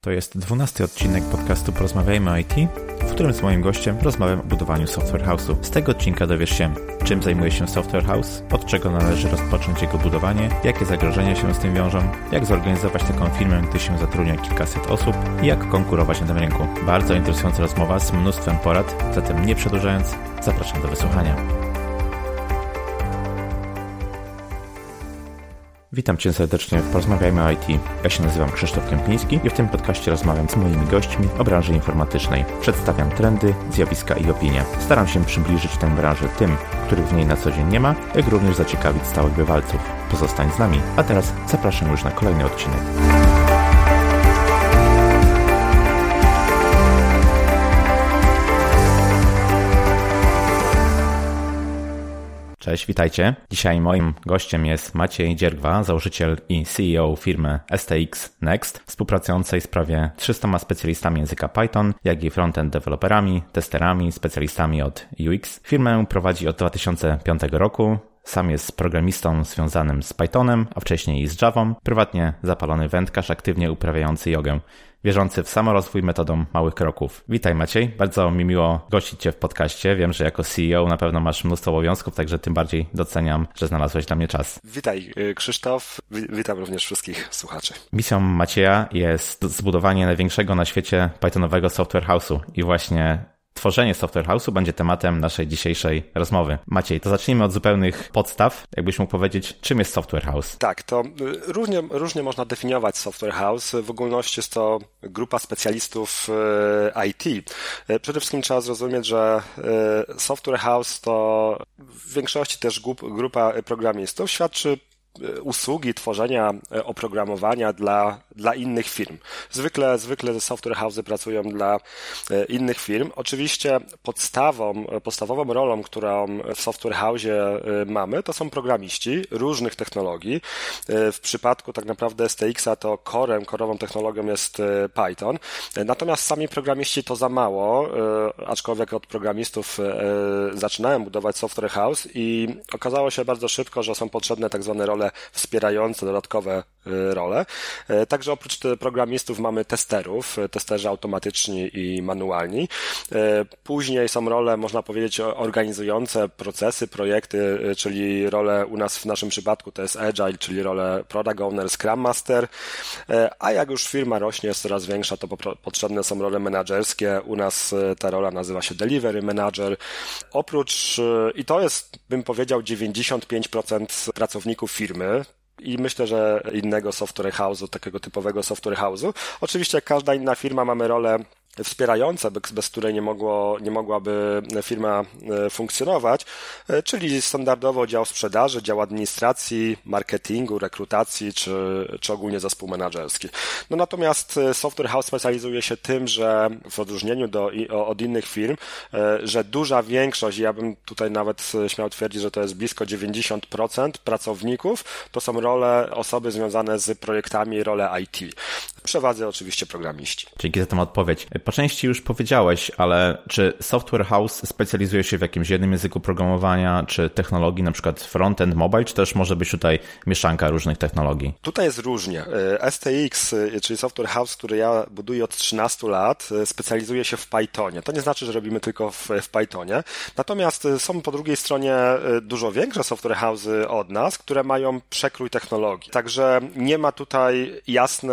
To jest 12 odcinek podcastu Porozmawiajmy o IT, w którym z moim gościem rozmawiam o budowaniu Software House'u. Z tego odcinka dowiesz się, czym zajmuje się Software House, od czego należy rozpocząć jego budowanie, jakie zagrożenia się z tym wiążą, jak zorganizować taką firmę, gdy się zatrudnia kilkaset osób i jak konkurować na tym rynku. Bardzo interesująca rozmowa z mnóstwem porad, zatem nie przedłużając, zapraszam do wysłuchania. Witam Cię serdecznie w Porozmawiajmy o IT. Ja się nazywam Krzysztof Kępiński i w tym podcaście rozmawiam z moimi gośćmi o branży informatycznej. Przedstawiam trendy, zjawiska i opinie. Staram się przybliżyć tę branżę tym, których w niej na co dzień nie ma, jak również zaciekawić stałych bywalców. Pozostań z nami, a teraz zapraszam już na kolejny odcinek. Cześć, witajcie. Dzisiaj moim gościem jest Maciej Dziergwa, założyciel i CEO firmy STX Next, współpracującej z prawie 300 specjalistami języka Python, jak i frontend deweloperami, testerami, specjalistami od UX. Firmę prowadzi od 2005 roku. Sam jest programistą związanym z Pythonem, a wcześniej z Javą. Prywatnie zapalony wędkarz, aktywnie uprawiający jogę, wierzący w samorozwój metodą małych kroków. Witaj Maciej, bardzo mi miło gościć Cię w podcaście. Wiem, że jako CEO na pewno masz mnóstwo obowiązków, także tym bardziej doceniam, że znalazłeś dla mnie czas. Witaj Krzysztof, witam również wszystkich słuchaczy. Misją Macieja jest zbudowanie największego na świecie Pythonowego Software House'u i właśnie tworzenie Software House'u będzie tematem naszej dzisiejszej rozmowy. Maciej, to zacznijmy od zupełnych podstaw. Jakbyś mógł powiedzieć, czym jest Software House? Tak, to różnie można definiować Software House. W ogólności jest to grupa specjalistów IT. Przede wszystkim trzeba zrozumieć, że Software House to w większości też grupa programistów. Świadczy usługi tworzenia oprogramowania dla innych firm. Zwykle software house'y pracują dla innych firm. Oczywiście podstawową rolą, którą w software house'ie mamy, to są programiści różnych technologii. W przypadku tak naprawdę STX-a to core'ową technologią jest Python. Natomiast sami programiści to za mało, aczkolwiek od programistów zaczynałem budować software house i okazało się bardzo szybko, że są potrzebne tak zwane role wspierające, dodatkowe role. Także oprócz programistów mamy testerzy automatyczni i manualni. Później są role, można powiedzieć, organizujące procesy, projekty, czyli role u nas w naszym przypadku to jest Agile, czyli role Product Owner, Scrum Master, a jak już firma rośnie, jest coraz większa, to potrzebne są role menadżerskie. U nas ta rola nazywa się Delivery Manager. I to jest, bym powiedział, 95% pracowników firmy. I myślę, że innego software house'u, takiego typowego software house'u. Oczywiście jak każda inna firma mamy rolę wspierające, bez której nie mogłaby firma funkcjonować, czyli standardowo dział sprzedaży, dział administracji, marketingu, rekrutacji czy ogólnie zespół menedżerski. No natomiast Software House specjalizuje się tym, że w odróżnieniu od innych firm, że duża większość, ja bym tutaj nawet śmiał twierdzić, że to jest blisko 90% pracowników, to są osoby związane z projektami, role IT. W przewadze oczywiście programiści. Dzięki za tę odpowiedź. Po części już powiedziałeś, ale czy Software House specjalizuje się w jakimś jednym języku programowania, czy technologii, na przykład frontend, mobile, czy też może być tutaj mieszanka różnych technologii? Tutaj jest różnie. STX, czyli Software House, który ja buduję od 13 lat, specjalizuje się w Pythonie. To nie znaczy, że robimy tylko w Pythonie. Natomiast są po drugiej stronie dużo większe Software House'y od nas, które mają przekrój technologii. Także nie ma tutaj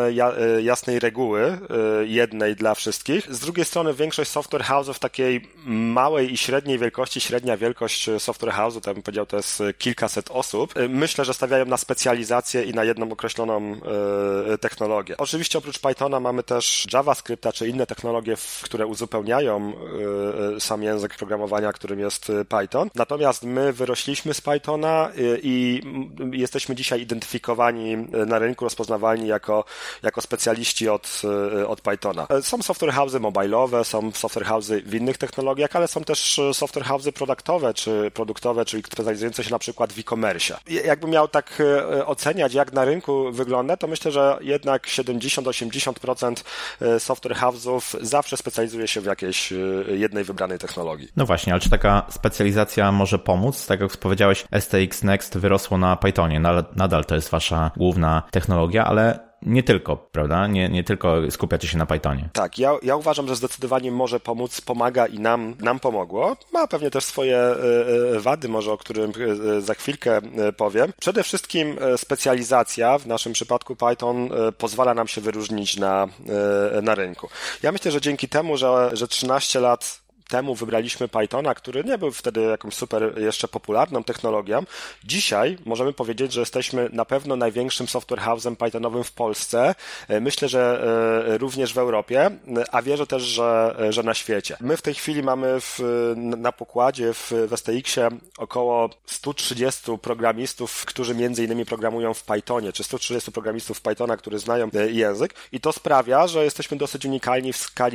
jasnej reguły, jednej dla wszystkich. Z drugiej strony większość software house'ów takiej małej i średniej wielkości, średnia wielkość software house'u, to bym powiedział, to jest kilkaset osób. Myślę, że stawiają na specjalizację i na jedną określoną technologię. Oczywiście oprócz Pythona mamy też JavaScripta czy inne technologie, które uzupełniają sam język programowania, którym jest Python. Natomiast my wyrośliśmy z Pythona i jesteśmy dzisiaj identyfikowani na rynku, rozpoznawalni jako specjaliści od Pythona. Są software house'y mobile'owe, są software house'y w innych technologiach, ale są też software house'y produktowe, czyli specjalizujące się na przykład w e-commerce. Jakbym miał tak oceniać, jak na rynku wygląda, to myślę, że jednak 70-80% software house'ów zawsze specjalizuje się w jakiejś jednej wybranej technologii. No właśnie, ale czy taka specjalizacja może pomóc? Tak jak powiedziałeś, STX Next wyrosło na Pythonie, nadal to jest wasza główna technologia, ale nie tylko, prawda? Nie tylko skupiacie się na Pythonie. Tak, ja uważam, że zdecydowanie może pomóc, pomaga i nam pomogło. Ma pewnie też swoje wady, może o którym za chwilkę powiem. Przede wszystkim specjalizacja, w naszym przypadku Python, pozwala nam się wyróżnić na rynku. Ja myślę, że dzięki temu, że 13 lat temu wybraliśmy Pythona, który nie był wtedy jakąś super jeszcze popularną technologią. Dzisiaj możemy powiedzieć, że jesteśmy na pewno największym software house'em Pythonowym w Polsce. Myślę, że również w Europie, a wierzę też, że na świecie. My w tej chwili mamy na pokładzie w STX-ie około 130 programistów, którzy między innymi programują w Pythonie, czy 130 programistów Pythona, którzy znają język, i to sprawia, że jesteśmy dosyć unikalni w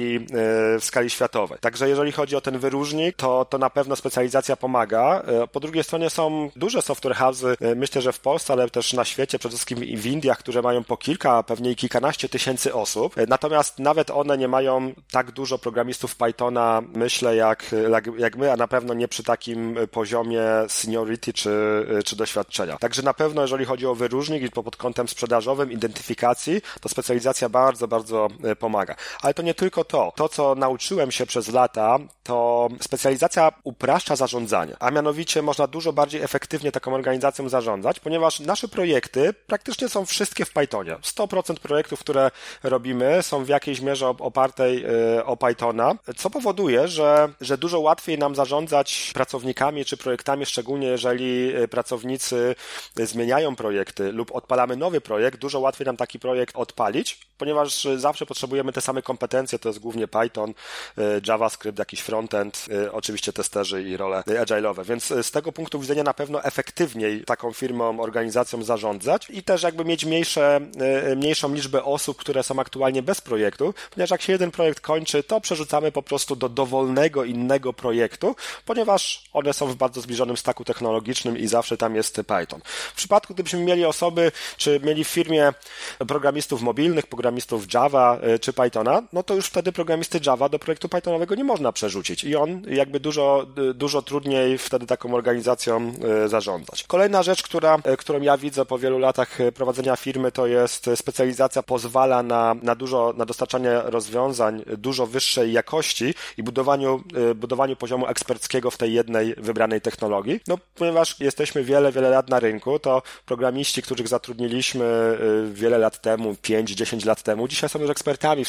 skali światowej. Także jeżeli chodzi o ten wyróżnik, to na pewno specjalizacja pomaga. Po drugiej stronie są duże software house'y, myślę, że w Polsce, ale też na świecie, przede wszystkim w Indiach, które mają po kilka, a pewnie i kilkanaście tysięcy osób. Natomiast nawet one nie mają tak dużo programistów Pythona, myślę, jak my, a na pewno nie przy takim poziomie seniority czy doświadczenia. Także na pewno, jeżeli chodzi o wyróżnik i pod kątem sprzedażowym, identyfikacji, to specjalizacja bardzo, bardzo pomaga. Ale to nie tylko to. To, co nauczyłem się przez lata, to specjalizacja upraszcza zarządzanie, a mianowicie można dużo bardziej efektywnie taką organizacją zarządzać, ponieważ nasze projekty praktycznie są wszystkie w Pythonie. 100% projektów, które robimy, są w jakiejś mierze opartej o Pythona, co powoduje, że dużo łatwiej nam zarządzać pracownikami czy projektami, szczególnie jeżeli pracownicy zmieniają projekty lub odpalamy nowy projekt, dużo łatwiej nam taki projekt odpalić, ponieważ zawsze potrzebujemy te same kompetencje, to jest głównie Python, JavaScript, jakiś frontend, oczywiście testerzy i role agile'owe, więc z tego punktu widzenia na pewno efektywniej taką firmą, organizacją zarządzać i też jakby mieć mniejszą liczbę osób, które są aktualnie bez projektu, ponieważ jak się jeden projekt kończy, to przerzucamy po prostu do dowolnego innego projektu, ponieważ one są w bardzo zbliżonym stacku technologicznym i zawsze tam jest Python. W przypadku, gdybyśmy mieli osoby, czy mieli w firmie programistów mobilnych, programistów Java czy Pythona, no to już wtedy programisty Java do projektu Pythonowego nie można przerzucić i on jakby dużo trudniej wtedy taką organizacją zarządzać. Kolejna rzecz, którą ja widzę po wielu latach prowadzenia firmy, to jest specjalizacja pozwala na dostarczanie rozwiązań dużo wyższej jakości i budowaniu poziomu eksperckiego w tej jednej wybranej technologii. No, ponieważ jesteśmy wiele lat na rynku, to programiści, których zatrudniliśmy wiele lat temu, 5-10 lat temu, dzisiaj są już ekspertami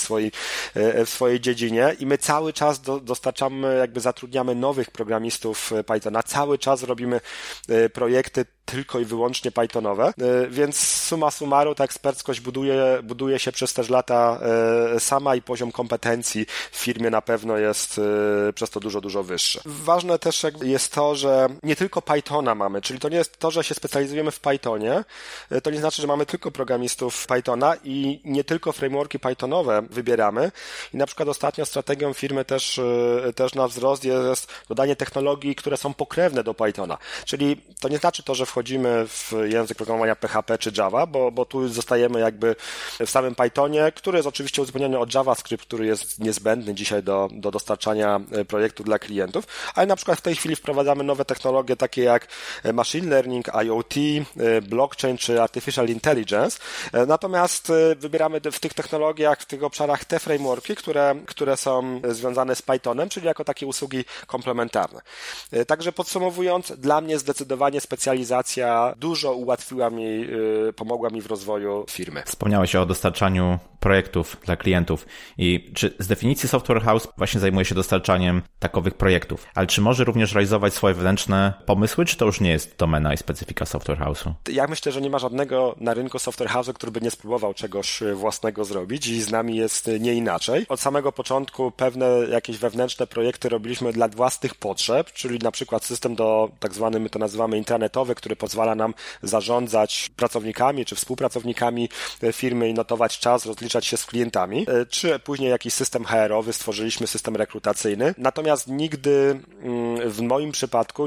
w swojej dziedzinie i my cały czas zatrudniamy nowych programistów Pythona, cały czas robimy projekty tylko i wyłącznie Pythonowe, więc summa summarum ta eksperckość buduje się przez też lata sama i poziom kompetencji w firmie na pewno jest przez to dużo wyższy. Ważne też jest to, że nie tylko Pythona mamy, czyli to nie jest to, że się specjalizujemy w Pythonie, to nie znaczy, że mamy tylko programistów Pythona i nie tylko frameworki Pythonowe wybieramy i na przykład ostatnio strategią firmy też na wzrost jest dodanie technologii, które są pokrewne do Pythona, czyli to nie znaczy to, że wchodzimy w język programowania PHP czy Java, bo tu zostajemy jakby w samym Pythonie, który jest oczywiście uzupełniony o JavaScript, który jest niezbędny dzisiaj do dostarczania projektu dla klientów, ale na przykład w tej chwili wprowadzamy nowe technologie takie jak machine learning, IoT, blockchain czy artificial intelligence, natomiast wybieramy w tych technologiach, w tych obszarach te frameworki, które są związane z Pythonem, czyli jako takie usługi komplementarne. Także podsumowując, dla mnie zdecydowanie specjalizacja dużo pomogła mi w rozwoju firmy. Wspomniałeś o dostarczaniu projektów dla klientów i czy z definicji Software House właśnie zajmuje się dostarczaniem takowych projektów, ale czy może również realizować swoje wewnętrzne pomysły, czy to już nie jest domena i specyfika Software House'u? Ja myślę, że nie ma żadnego na rynku Software House'u, który by nie spróbował czegoś własnego zrobić i z nami jest nie inaczej. Od samego początku pewne jakieś wewnętrzne projekty robiliśmy dla własnych potrzeb, czyli na przykład system tak zwany, my to nazywamy intranetowy, który pozwala nam zarządzać pracownikami czy współpracownikami firmy i notować czas, rozliczać rozliczać się z klientami, czy później jakiś system HR-owy, stworzyliśmy system rekrutacyjny. Natomiast nigdy, w moim przypadku,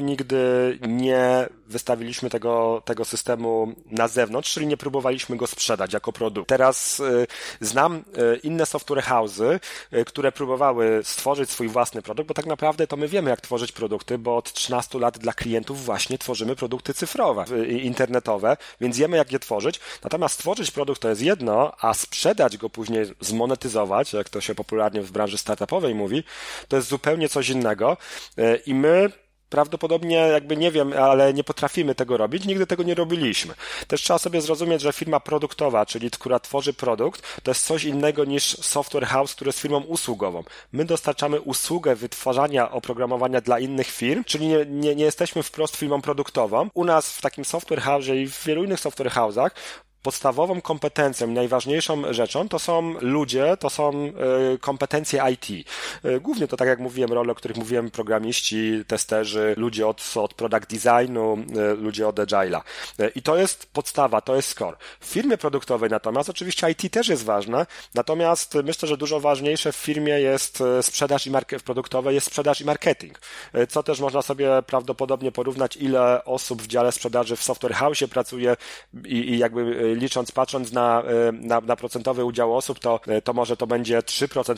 nie wystawiliśmy tego systemu na zewnątrz, czyli nie próbowaliśmy go sprzedać jako produkt. Teraz znam inne software house'y, które próbowały stworzyć swój własny produkt, bo tak naprawdę to my wiemy, jak tworzyć produkty, bo od 13 lat dla klientów właśnie tworzymy produkty cyfrowe, internetowe, więc wiemy, jak je tworzyć. Natomiast stworzyć produkt to jest jedno, a sprzedać go później, zmonetyzować, jak to się popularnie w branży startupowej mówi, to jest zupełnie coś innego i my prawdopodobnie nie wiem, ale nie potrafimy tego robić, nigdy tego nie robiliśmy. Też trzeba sobie zrozumieć, że firma produktowa, czyli która tworzy produkt, to jest coś innego niż software house, który jest firmą usługową. My dostarczamy usługę wytwarzania oprogramowania dla innych firm, czyli nie jesteśmy wprost firmą produktową. U nas w takim software house i w wielu innych software house'ach podstawową kompetencją, najważniejszą rzeczą to są ludzie, to są kompetencje IT. Głównie to, tak jak mówiłem, role, o których mówiłem, programiści, testerzy, ludzie od product designu, ludzie od agile'a. I to jest podstawa, to jest core. W firmie produktowej natomiast, oczywiście IT też jest ważne, natomiast myślę, że dużo ważniejsze w firmie jest sprzedaż produktowej jest sprzedaż i marketing, co też można sobie prawdopodobnie porównać, ile osób w dziale sprzedaży w software house pracuje i patrząc na procentowy udział osób, to może to będzie 3%,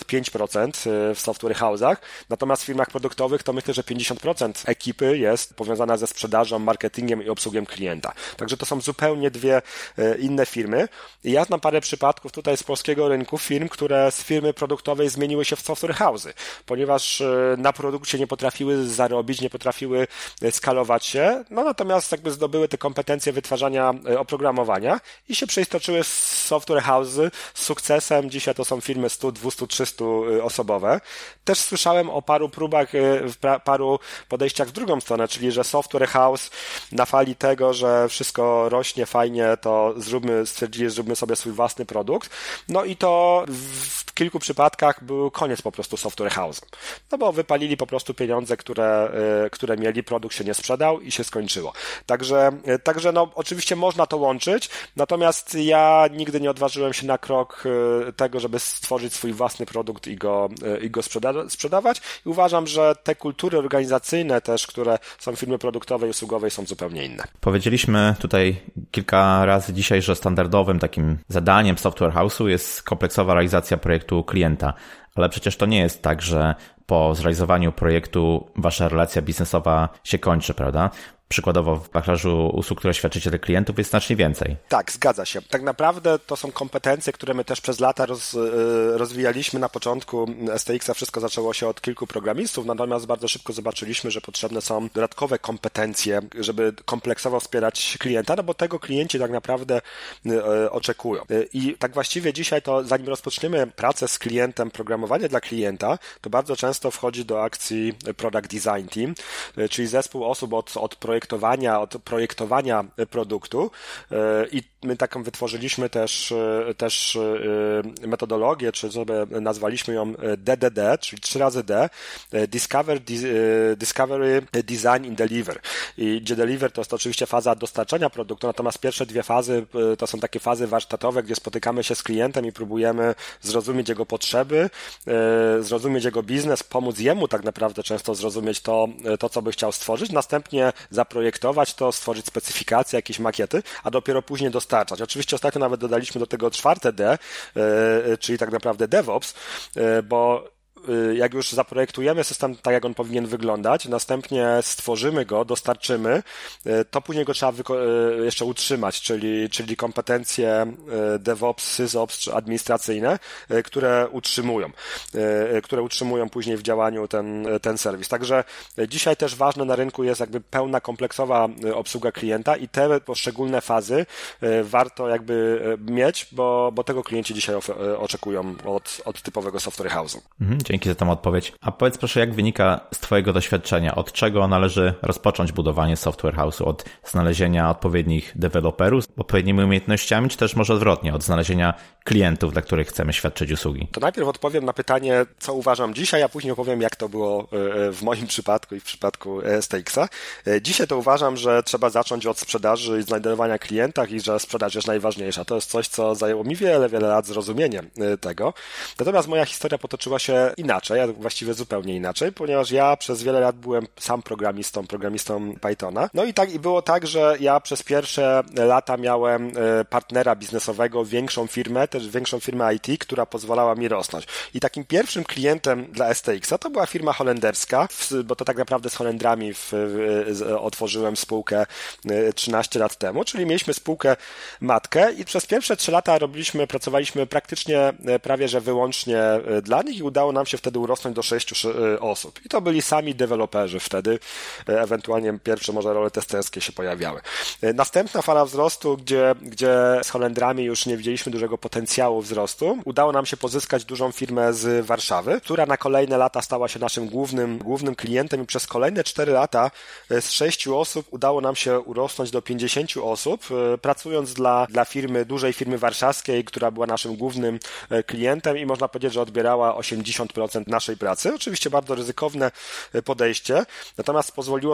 5% w software house'ach, natomiast w firmach produktowych to myślę, że 50% ekipy jest powiązana ze sprzedażą, marketingiem i obsługą klienta. Także to są zupełnie dwie inne firmy. I ja znam parę przypadków tutaj z polskiego rynku firm, które z firmy produktowej zmieniły się w software house'y, ponieważ na produkcie nie potrafiły zarobić, nie potrafiły skalować się, natomiast zdobyły te kompetencje wytwarzania oprogramowania i się przeistoczyły z software house'y z sukcesem. Dzisiaj to są firmy 100, 200, 300 osobowe. Też słyszałem o paru próbach, paru podejściach w drugą stronę, czyli że software house na fali tego, że wszystko rośnie fajnie, to stwierdzili, zróbmy sobie swój własny produkt. I to w kilku przypadkach był koniec po prostu software house. Bo wypalili po prostu pieniądze, które mieli, produkt się nie sprzedał i się skończyło. Także oczywiście można to łączyć, natomiast ja nigdy nie odważyłem się na krok tego, żeby stworzyć swój własny produkt i go sprzedawać i uważam, że te kultury organizacyjne też, które są w firmie produktowej i usługowej, są zupełnie inne. Powiedzieliśmy tutaj kilka razy dzisiaj, że standardowym takim zadaniem software house'u jest kompleksowa realizacja projektu klienta, ale przecież to nie jest tak, że po zrealizowaniu projektu wasza relacja biznesowa się kończy, prawda? Przykładowo w wachlarzu usług, które świadczycie dla klientów, jest znacznie więcej. Tak, zgadza się. Tak naprawdę to są kompetencje, które my też przez lata rozwijaliśmy. Na początku STX-a wszystko zaczęło się od kilku programistów, natomiast bardzo szybko zobaczyliśmy, że potrzebne są dodatkowe kompetencje, żeby kompleksowo wspierać klienta, bo tego klienci tak naprawdę oczekują. I tak właściwie dzisiaj to, zanim rozpoczniemy pracę z klientem, programowanie dla klienta, to bardzo często wchodzi do akcji Product Design Team, czyli zespół osób od projektowania produktu i my taką wytworzyliśmy też metodologię, czy sobie nazwaliśmy ją DDD, czyli 3 razy D, Discovery, Design and Deliver. I gdzie Deliver to jest oczywiście faza dostarczania produktu, natomiast pierwsze 2 fazy to są takie fazy warsztatowe, gdzie spotykamy się z klientem i próbujemy zrozumieć jego potrzeby, zrozumieć jego biznes, pomóc jemu tak naprawdę często zrozumieć to, co by chciał stworzyć, następnie zaprojektować to, stworzyć specyfikacje, jakieś makiety, a dopiero później dostarczać. Oczywiście ostatnio nawet dodaliśmy do tego 4 D, czyli tak naprawdę DevOps, bo jak już zaprojektujemy system tak, jak on powinien wyglądać, następnie stworzymy go, dostarczymy, to później go trzeba jeszcze utrzymać, czyli kompetencje DevOps, SysOps czy administracyjne, które utrzymują później w działaniu ten serwis. Także dzisiaj też ważne na rynku jest pełna, kompleksowa obsługa klienta i te poszczególne fazy warto mieć, bo tego klienci dzisiaj oczekują od typowego software house'u. Dzięki za tą odpowiedź. A powiedz proszę, jak wynika z twojego doświadczenia, od czego należy rozpocząć budowanie software house'u? Od znalezienia odpowiednich deweloperów z odpowiednimi umiejętnościami, czy też może odwrotnie, od znalezienia klientów, dla których chcemy świadczyć usługi? To najpierw odpowiem na pytanie, co uważam dzisiaj, a później opowiem, jak to było w moim przypadku i w przypadku STX-a. Dzisiaj to uważam, że trzeba zacząć od sprzedaży i znajdowania klientów i że sprzedaż jest najważniejsza. To jest coś, co zajęło mi wiele lat zrozumienie tego. Natomiast moja historia potoczyła się inaczej, a właściwie zupełnie inaczej, ponieważ ja przez wiele lat byłem sam programistą Pythona. No i było tak, że ja przez pierwsze lata miałem partnera biznesowego, większą firmę IT, która pozwalała mi rosnąć. I takim pierwszym klientem dla STX-a to była firma holenderska, bo to tak naprawdę z Holendrami otworzyłem spółkę 13 lat temu, czyli mieliśmy spółkę matkę i przez pierwsze 3 lata pracowaliśmy praktycznie prawie że wyłącznie dla nich i udało nam się wtedy urosnąć do 6 osób. I to byli sami deweloperzy wtedy, ewentualnie pierwsze może role testerskie się pojawiały. Następna fala wzrostu, gdzie z Holendrami już nie widzieliśmy dużego potencjału wzrostu, udało nam się pozyskać dużą firmę z Warszawy, która na kolejne lata stała się naszym głównym klientem i przez kolejne 4 lata z 6 osób udało nam się urosnąć do 50 osób, pracując dla dużej firmy warszawskiej, która była naszym głównym klientem i można powiedzieć, że odbierała 80% naszej pracy. Oczywiście bardzo ryzykowne podejście, natomiast pozwoliło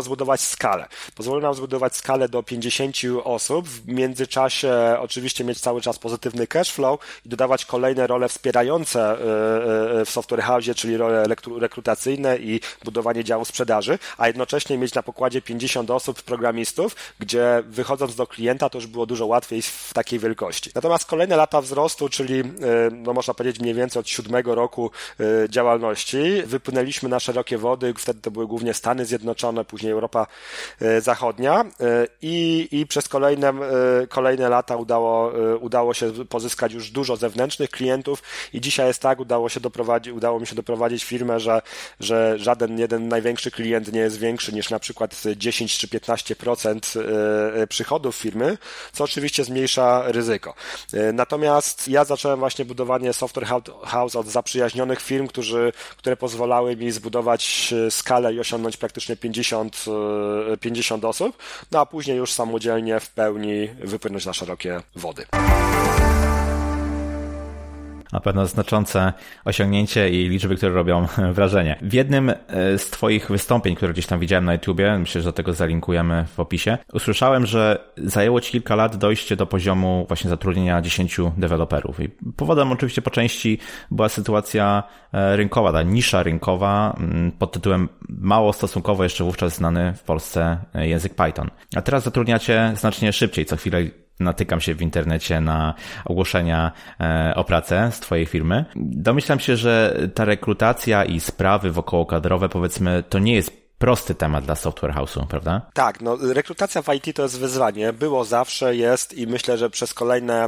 nam zbudować skalę do 50 osób, w międzyczasie oczywiście mieć cały czas pozytywny cash flow i dodawać kolejne role wspierające w Software House, czyli role rekrutacyjne i budowanie działu sprzedaży, a jednocześnie mieć na pokładzie 50 osób programistów, gdzie wychodząc do klienta to już było dużo łatwiej w takiej wielkości. Natomiast kolejne lata wzrostu, czyli można powiedzieć mniej więcej od 7 roku działalności, wypłynęliśmy na szerokie wody, wtedy to były głównie Stany Zjednoczone, później Europa Zachodnia i przez kolejne lata udało się pozyskać już dużo zewnętrznych klientów i dzisiaj jest tak, udało mi się doprowadzić firmę, że żaden jeden największy klient nie jest większy niż na przykład 10 czy 15% przychodów firmy, co oczywiście zmniejsza ryzyko. Natomiast ja zacząłem właśnie budowanie Software House od zaprzyjaźnionych firm, które pozwalały mi zbudować skalę i osiągnąć praktycznie 50 osób, no a później już samodzielnie w pełni wypłynąć na szerokie wody. Na pewno znaczące osiągnięcie i liczby, które robią wrażenie. W jednym z Twoich wystąpień, które gdzieś tam widziałem na YouTubie, myślę, że do tego zalinkujemy w opisie, usłyszałem, że zajęło Ci kilka lat dojście do poziomu właśnie zatrudnienia 10 deweloperów. I powodem oczywiście po części była sytuacja rynkowa, ta nisza rynkowa pod tytułem mało stosunkowo jeszcze wówczas znany w Polsce język Python. A teraz zatrudniacie znacznie szybciej, co chwilę natykam się w internecie na ogłoszenia o pracę z Twojej firmy. Domyślam się, że ta rekrutacja i sprawy wokołokadrowe, powiedzmy, to nie jest prosty temat dla Software House'u, prawda? Tak, rekrutacja w IT to jest wyzwanie. Było zawsze, jest i myślę, że przez kolejne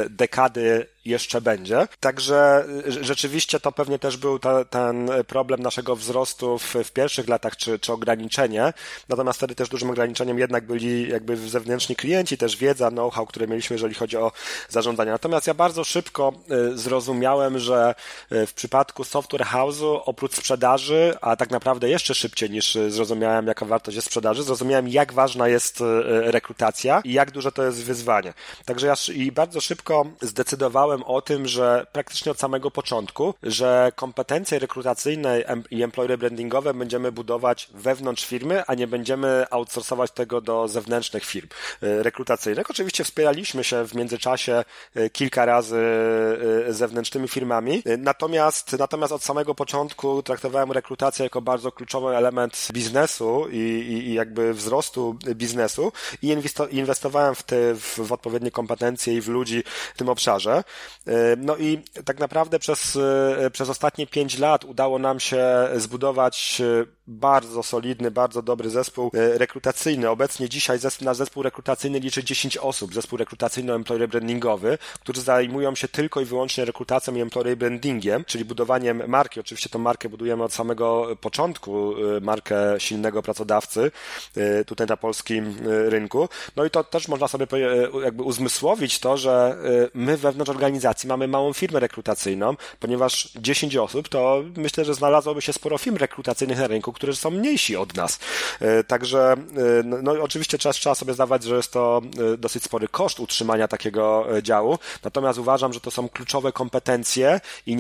dekady jeszcze będzie. Także rzeczywiście to pewnie też był ten problem naszego wzrostu w pierwszych latach, czy ograniczenie. Natomiast wtedy też dużym ograniczeniem jednak byli jakby zewnętrzni klienci, też wiedza, know-how, które mieliśmy, jeżeli chodzi o zarządzanie. Natomiast ja bardzo szybko zrozumiałem, że w przypadku Software House'u oprócz sprzedaży, a tak naprawdę jeszcze szybciej niż zrozumiałem, jaka wartość jest sprzedaży, zrozumiałem, jak ważna jest rekrutacja i jak duże to jest wyzwanie. Także ja bardzo szybko zdecydowałem o tym, że praktycznie od samego początku, że kompetencje rekrutacyjne i employer brandingowe będziemy budować wewnątrz firmy, a nie będziemy outsourcować tego do zewnętrznych firm rekrutacyjnych. Oczywiście wspieraliśmy się w międzyczasie kilka razy zewnętrznymi firmami, natomiast od samego początku traktowałem rekrutację jako bardzo kluczowy element biznesu i jakby wzrostu biznesu i inwestowałem w odpowiednie kompetencje i w ludzi w tym obszarze. No i tak naprawdę przez ostatnie 5 lat udało nam się zbudować bardzo solidny, bardzo dobry zespół rekrutacyjny. Obecnie dzisiaj nasz zespół rekrutacyjny liczy 10 osób. Zespół rekrutacyjno-employer brandingowy, którzy zajmują się tylko i wyłącznie rekrutacją i employer brandingiem, czyli budowaniem marki. Oczywiście tą markę budujemy od samego początku, markę silnego pracodawcy tutaj na polskim rynku. No i to też można sobie jakby uzmysłowić to, że my wewnątrz organizacji organizacji mamy małą firmę rekrutacyjną, ponieważ 10 osób, to myślę, że znalazłoby się sporo firm rekrutacyjnych na rynku, które są mniejsi od nas. Także no oczywiście trzeba sobie zdawać, że jest to dosyć spory koszt utrzymania takiego działu, natomiast uważam, że to są kluczowe kompetencje i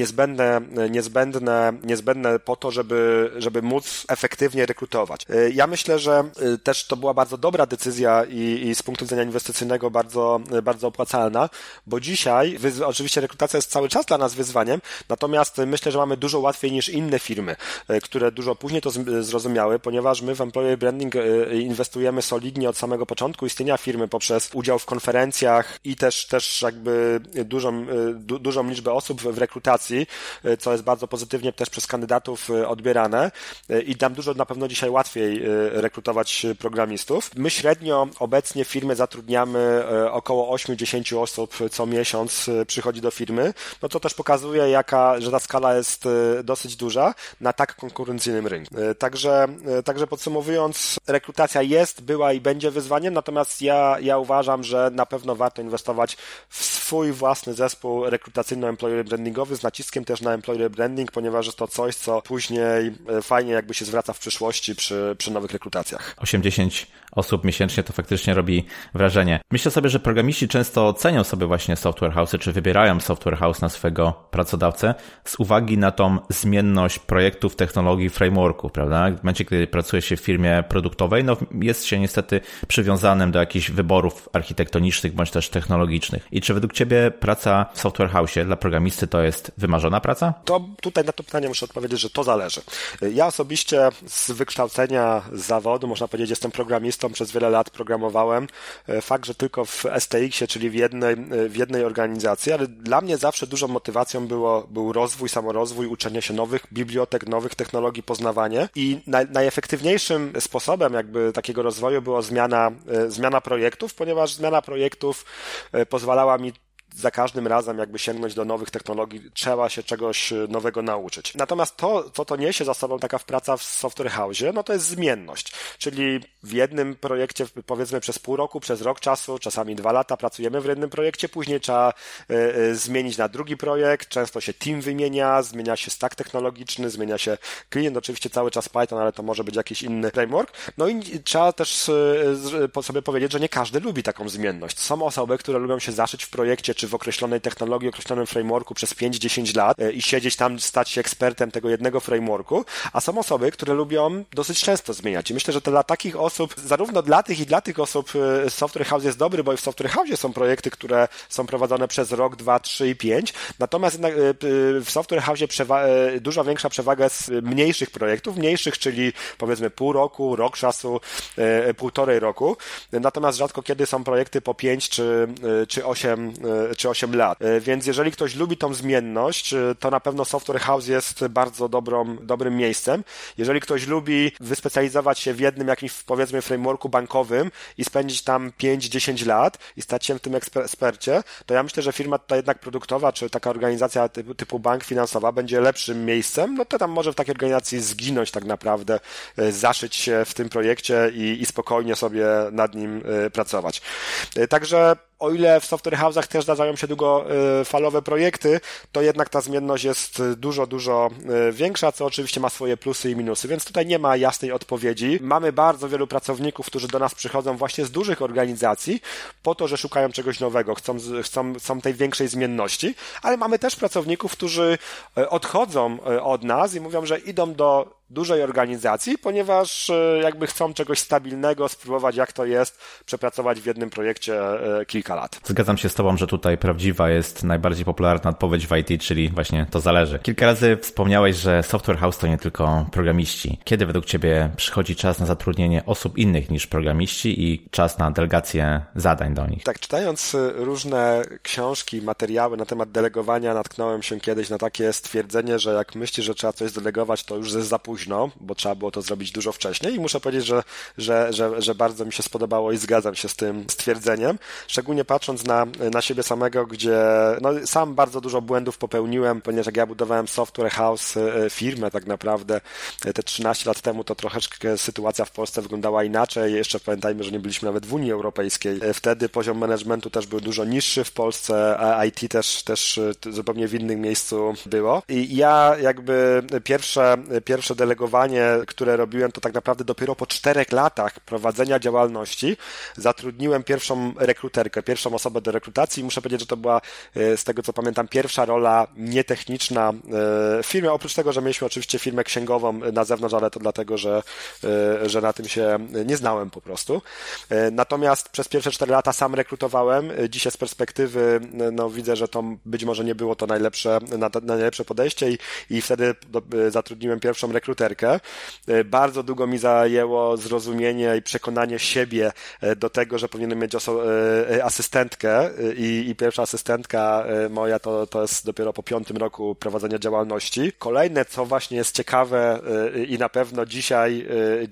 niezbędne po to, żeby móc efektywnie rekrutować. Ja myślę, że też to była bardzo dobra decyzja i z punktu widzenia inwestycyjnego bardzo, bardzo opłacalna, bo dzisiaj oczywiście rekrutacja jest cały czas dla nas wyzwaniem, natomiast myślę, że mamy dużo łatwiej niż inne firmy, które dużo później to zrozumiały, ponieważ my w Employer Branding inwestujemy solidnie od samego początku istnienia firmy poprzez udział w konferencjach i też jakby dużą liczbę osób w rekrutacji, co jest bardzo pozytywnie też przez kandydatów odbierane i nam dużo na pewno dzisiaj łatwiej rekrutować programistów. My średnio obecnie w firmie zatrudniamy około 8-10 osób co miesiąc przychodzi do firmy, no to też pokazuje, że ta skala jest dosyć duża na tak konkurencyjnym rynku. Także podsumowując, rekrutacja była i będzie wyzwaniem, natomiast ja uważam, że na pewno warto inwestować w swój własny zespół rekrutacyjno-employer brandingowy z naciskiem też na employer branding, ponieważ jest to coś, co później fajnie jakby się zwraca w przyszłości przy nowych rekrutacjach. 80 osób miesięcznie to faktycznie robi wrażenie. Myślę sobie, że programiści często cenią sobie właśnie software house'y, czy wybierają software house na swojego pracodawcę z uwagi na tą zmienność projektów, technologii, frameworków, prawda? W momencie, kiedy pracuje się w firmie produktowej, no jest się niestety przywiązanym do jakichś wyborów architektonicznych bądź też technologicznych. I czy według Ciebie praca w software house'ie dla programisty to jest wymarzona praca? To tutaj na to pytanie muszę odpowiedzieć, że to zależy. Ja osobiście z wykształcenia, z zawodu, można powiedzieć, jestem programistą, przez wiele lat programowałem. Fakt, że tylko w STX-ie, czyli w jednej organizacji, ale dla mnie zawsze dużą motywacją był rozwój, samorozwój, uczenie się nowych bibliotek, nowych technologii, poznawanie i najefektywniejszym sposobem jakby takiego rozwoju była zmiana projektów, ponieważ zmiana projektów pozwalała mi za każdym razem jakby sięgnąć do nowych technologii, trzeba się czegoś nowego nauczyć. Natomiast to, co to niesie za sobą taka praca w software house'ie, no to jest zmienność, czyli w jednym projekcie powiedzmy przez pół roku, przez rok czasu, czasami 2 lata pracujemy w jednym projekcie, później trzeba zmienić na drugi projekt, często się team wymienia, zmienia się stack technologiczny, zmienia się klient, oczywiście cały czas Python, ale to może być jakiś inny framework. No i trzeba też sobie powiedzieć, że nie każdy lubi taką zmienność. Są osoby, które lubią się zaszyć w projekcie, czy w określonej technologii, określonym frameworku przez 5-10 lat i siedzieć tam, stać się ekspertem tego jednego frameworku, a są osoby, które lubią dosyć często zmieniać. I myślę, że dla takich osób, zarówno dla tych osób Software House jest dobry, bo i w Software House są projekty, które są prowadzone przez rok, 2, 3 i 5. Natomiast w Software House dużo większa przewaga jest mniejszych projektów, czyli powiedzmy pół roku, rok czasu, 1,5 roku. Natomiast rzadko kiedy są projekty po 5 czy 8 lat. Więc jeżeli ktoś lubi tą zmienność, to na pewno Software House jest bardzo dobrym miejscem. Jeżeli ktoś lubi wyspecjalizować się w jednym jakimś, powiedzmy, frameworku bankowym i spędzić tam 5-10 lat i stać się w tym ekspercie, to ja myślę, że firma ta jednak produktowa, czy taka organizacja typu bank finansowa będzie lepszym miejscem, no to tam może w takiej organizacji zginąć tak naprawdę, zaszyć się w tym projekcie i spokojnie sobie nad nim pracować. Także o ile w software house'ach też zdarzają się długofalowe projekty, to jednak ta zmienność jest dużo większa, co oczywiście ma swoje plusy i minusy, więc tutaj nie ma jasnej odpowiedzi. Mamy bardzo wielu pracowników, którzy do nas przychodzą właśnie z dużych organizacji po to, że szukają czegoś nowego, chcą tej większej zmienności, ale mamy też pracowników, którzy odchodzą od nas i mówią, że idą do dużej organizacji, ponieważ jakby chcą czegoś stabilnego, spróbować jak to jest, przepracować w jednym projekcie kilka lat. Zgadzam się z Tobą, że tutaj prawdziwa jest najbardziej popularna odpowiedź w IT, czyli właśnie to zależy. Kilka razy wspomniałeś, że software house to nie tylko programiści. Kiedy według Ciebie przychodzi czas na zatrudnienie osób innych niż programiści i czas na delegację zadań do nich? Tak, czytając różne książki, materiały na temat delegowania, natknąłem się kiedyś na takie stwierdzenie, że jak myślisz, że trzeba coś zdelegować, to już jest za późno. późno, bo trzeba było to zrobić dużo wcześniej i muszę powiedzieć, że bardzo mi się spodobało i zgadzam się z tym stwierdzeniem, szczególnie patrząc na siebie samego, gdzie sam bardzo dużo błędów popełniłem, ponieważ jak ja budowałem Software House firmę tak naprawdę te 13 lat temu, to troszeczkę sytuacja w Polsce wyglądała inaczej. Jeszcze pamiętajmy, że nie byliśmy nawet w Unii Europejskiej. Wtedy poziom managementu też był dużo niższy w Polsce, a IT też zupełnie w innym miejscu było. I ja jakby pierwsze delegowanie, które robiłem, to tak naprawdę dopiero po 4 latach prowadzenia działalności zatrudniłem pierwszą rekruterkę, pierwszą osobę do rekrutacji i muszę powiedzieć, że to była, z tego co pamiętam, pierwsza rola nietechniczna w firmie. Oprócz tego, że mieliśmy oczywiście firmę księgową na zewnątrz, ale to dlatego, że na tym się nie znałem po prostu. Natomiast przez pierwsze 4 lata sam rekrutowałem. Dzisiaj z perspektywy widzę, że to być może nie było to najlepsze podejście i wtedy zatrudniłem pierwszą rekruterkę. Bardzo długo mi zajęło zrozumienie i przekonanie siebie do tego, że powinienem mieć asystentkę i pierwsza asystentka moja to jest dopiero po 5 roku prowadzenia działalności. Kolejne, co właśnie jest ciekawe i na pewno dzisiaj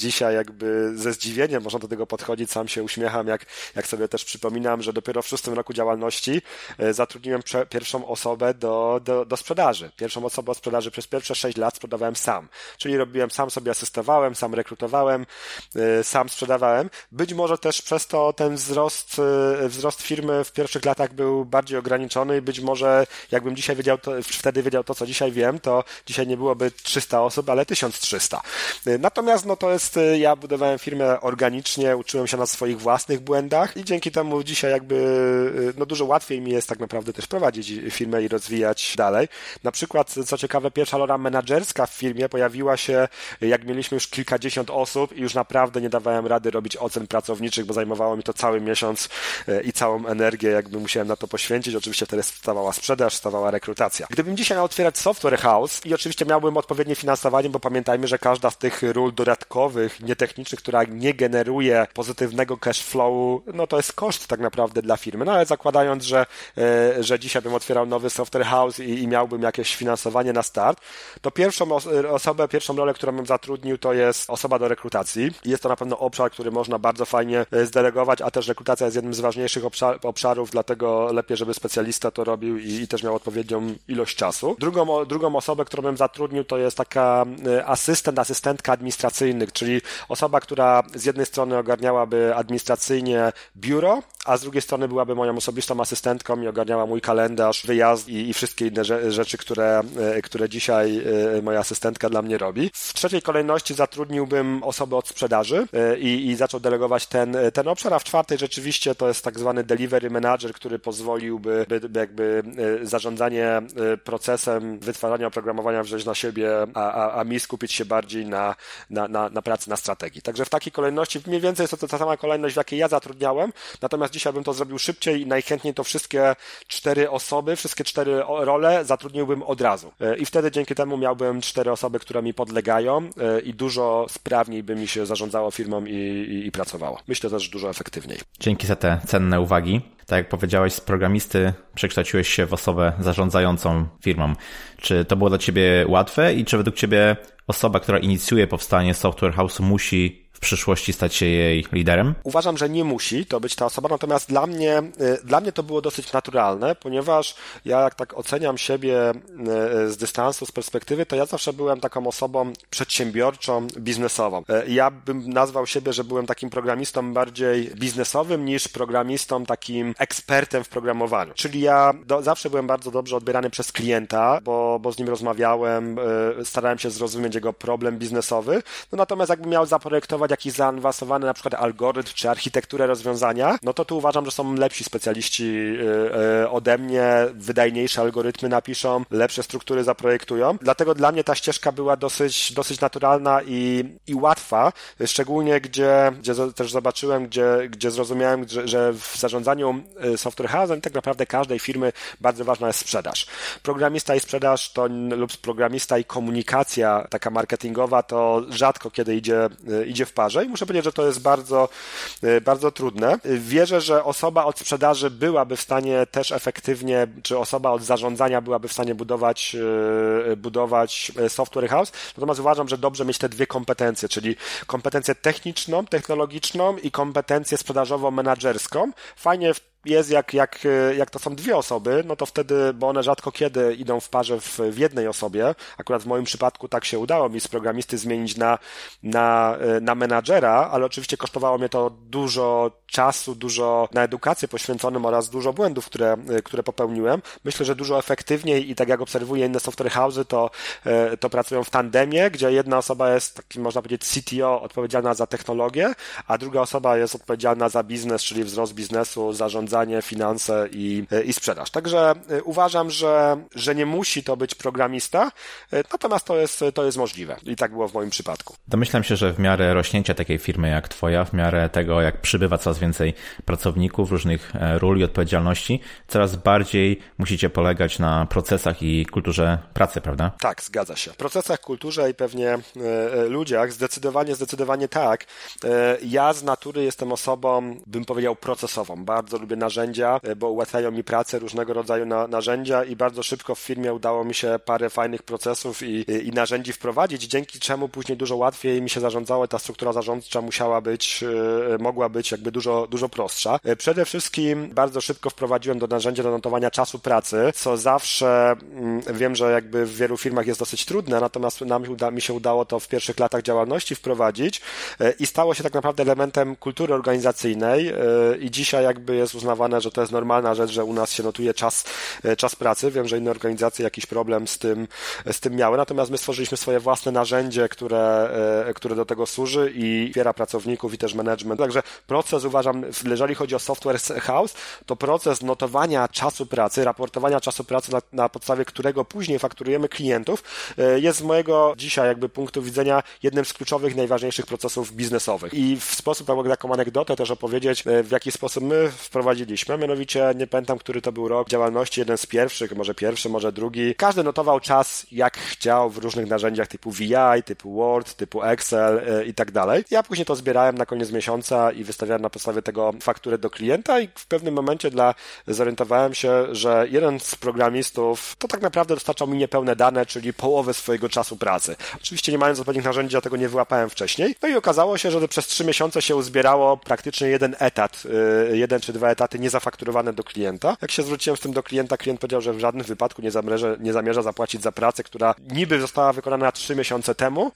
jakby ze zdziwieniem można do tego podchodzić, sam się uśmiecham, jak sobie też przypominam, że dopiero w 6 roku działalności zatrudniłem pierwszą osobę do sprzedaży. Pierwszą osobę od sprzedaży przez pierwsze 6 lat sprzedawałem sam. Czyli robiłem, sam sobie asystowałem, sam rekrutowałem, sam sprzedawałem. Być może też przez to ten wzrost firmy w pierwszych latach był bardziej ograniczony i być może jakbym dzisiaj wtedy wiedział to, co dzisiaj wiem, to dzisiaj nie byłoby 300 osób, ale 1300. Natomiast ja budowałem firmę organicznie, uczyłem się na swoich własnych błędach i dzięki temu dzisiaj jakby dużo łatwiej mi jest tak naprawdę też prowadzić firmę i rozwijać dalej. Na przykład, co ciekawe, pierwsza rola menadżerska w firmie pojawiła się, jak mieliśmy już kilkadziesiąt osób i już naprawdę nie dawałem rady robić ocen pracowniczych, bo zajmowało mi to cały miesiąc i całą energię jakby musiałem na to poświęcić. Oczywiście wtedy stawała sprzedaż, stawała rekrutacja. Gdybym dzisiaj miał otwierać Software House i oczywiście miałbym odpowiednie finansowanie, bo pamiętajmy, że każda z tych ról dodatkowych, nietechnicznych, która nie generuje pozytywnego cash flowu, to jest koszt tak naprawdę dla firmy. Ale zakładając, że dzisiaj bym otwierał nowy Software House i miałbym jakieś finansowanie na start, to pierwszą rolę, którą bym zatrudnił, to jest osoba do rekrutacji. Jest to na pewno obszar, który można bardzo fajnie zdelegować, a też rekrutacja jest jednym z ważniejszych obszarów, dlatego lepiej, żeby specjalista to robił i też miał odpowiednią ilość czasu. Drugą osobę, którą bym zatrudnił, to jest taka asystentka administracyjny, czyli osoba, która z jednej strony ogarniałaby administracyjnie biuro, a z drugiej strony byłaby moją osobistą asystentką i ogarniała mój kalendarz, wyjazd i wszystkie inne rzeczy, które dzisiaj moja asystentka dla mnie robi. W trzeciej kolejności zatrudniłbym osobę od sprzedaży i zaczął delegować ten obszar, a w czwartej rzeczywiście to jest tak zwany delivery manager, który pozwoliłby jakby zarządzanie procesem wytwarzania oprogramowania wziąć na siebie, a mi skupić się bardziej na pracy na strategii. Także w takiej kolejności, mniej więcej jest to ta sama kolejność, w jakiej ja zatrudniałem, natomiast dzisiaj bym to zrobił szybciej i najchętniej to wszystkie 4 osoby, wszystkie 4 role zatrudniłbym od razu. I wtedy dzięki temu miałbym 4 osoby, które mi podlegają i dużo sprawniej by mi się zarządzało firmą i pracowało. Myślę też dużo efektywniej. Dzięki za te cenne uwagi. Tak jak powiedziałeś, z programisty przekształciłeś się w osobę zarządzającą firmą. Czy to było dla Ciebie łatwe i czy według Ciebie osoba, która inicjuje powstanie Software House, musi w przyszłości stać się jej liderem? Uważam, że nie musi to być ta osoba, natomiast dla mnie to było dosyć naturalne, ponieważ ja jak tak oceniam siebie z dystansu, z perspektywy, to ja zawsze byłem taką osobą przedsiębiorczą, biznesową. Ja bym nazwał siebie, że byłem takim programistą bardziej biznesowym niż programistą takim ekspertem w programowaniu. Czyli ja zawsze byłem bardzo dobrze odbierany przez klienta, bo z nim rozmawiałem, starałem się zrozumieć jego problem biznesowy, natomiast jakbym miał zaprojektować jakiś zaawansowany na przykład algorytm czy architekturę rozwiązania, to tu uważam, że są lepsi specjaliści ode mnie, wydajniejsze algorytmy napiszą, lepsze struktury zaprojektują. Dlatego dla mnie ta ścieżka była dosyć naturalna i łatwa, szczególnie gdzie też zobaczyłem, gdzie zrozumiałem, że w zarządzaniu software house'em tak naprawdę każdej firmy bardzo ważna jest sprzedaż. Programista i sprzedaż lub programista i komunikacja taka marketingowa to rzadko kiedy idzie w parze i muszę powiedzieć, że to jest bardzo, bardzo trudne. Wierzę, że osoba od sprzedaży byłaby w stanie też efektywnie, czy osoba od zarządzania byłaby w stanie budować software house, natomiast uważam, że dobrze mieć te dwie kompetencje, czyli kompetencję techniczną, technologiczną i kompetencję sprzedażowo-menadżerską. Fajnie jest, jak to są dwie osoby, no to wtedy, bo one rzadko kiedy idą w parze w jednej osobie, akurat w moim przypadku tak się udało mi z programisty zmienić na menadżera, ale oczywiście kosztowało mnie to dużo czasu, dużo na edukację poświęconym oraz dużo błędów, które popełniłem. Myślę, że dużo efektywniej i tak jak obserwuję inne software house'y, to pracują w tandemie, gdzie jedna osoba jest taki, można powiedzieć, CTO odpowiedzialna za technologię, a druga osoba jest odpowiedzialna za biznes, czyli wzrost biznesu, zarządzanie, finanse i sprzedaż. Także uważam, że nie musi to być programista, natomiast to jest możliwe i tak było w moim przypadku. Domyślam się, że w miarę rośnięcia takiej firmy jak twoja, w miarę tego, jak przybywa coraz więcej pracowników, różnych ról i odpowiedzialności, coraz bardziej musicie polegać na procesach i kulturze pracy, prawda? Tak, zgadza się. Procesach, kulturze i pewnie ludziach zdecydowanie tak. Ja z natury jestem osobą, bym powiedział, procesową. Bardzo lubię narzędzia, bo ułatwiają mi pracę, różnego rodzaju narzędzia i bardzo szybko w firmie udało mi się parę fajnych procesów i narzędzi wprowadzić, dzięki czemu później dużo łatwiej mi się zarządzało. Ta struktura zarządcza mogła być jakby dużo prostsza. Przede wszystkim bardzo szybko wprowadziłem do narzędzia do notowania czasu pracy, co zawsze wiem, że jakby w wielu firmach jest dosyć trudne, natomiast mi się udało to w pierwszych latach działalności wprowadzić i stało się tak naprawdę elementem kultury organizacyjnej i dzisiaj jakby jest uznawane, że to jest normalna rzecz, że u nas się notuje czas pracy. Wiem, że inne organizacje jakiś problem z tym miały, natomiast my stworzyliśmy swoje własne narzędzie, które do tego służy i wspiera pracowników i też management. Także proces, uważam, jeżeli chodzi o software house, to proces notowania czasu pracy, raportowania czasu pracy, na podstawie którego później fakturujemy klientów, jest z mojego dzisiaj jakby punktu widzenia jednym z kluczowych, najważniejszych procesów biznesowych. I w sposób, taką anegdotę też opowiedzieć, w jaki sposób my wprowadziliśmy. Mianowicie, nie pamiętam, który to był rok działalności, jeden z pierwszych, może pierwszy, może drugi. Każdy notował czas jak chciał w różnych narzędziach typu VI, typu Word, typu Excel i tak dalej. Ja później to zbierałem na koniec miesiąca i wystawiałem na podstawie tego fakturę do klienta i w pewnym momencie zorientowałem się, że jeden z programistów to tak naprawdę dostarczał mi niepełne dane, czyli połowę swojego czasu pracy. Oczywiście nie mając odpowiednich narzędzi, ja tego nie wyłapałem wcześniej. No i okazało się, że przez 3 miesiące się uzbierało praktycznie jeden czy dwa etaty niezafakturowane do klienta. Jak się zwróciłem z tym do klienta, klient powiedział, że w żadnym wypadku nie zamierza zapłacić za pracę, która niby została wykonana 3 miesiące temu,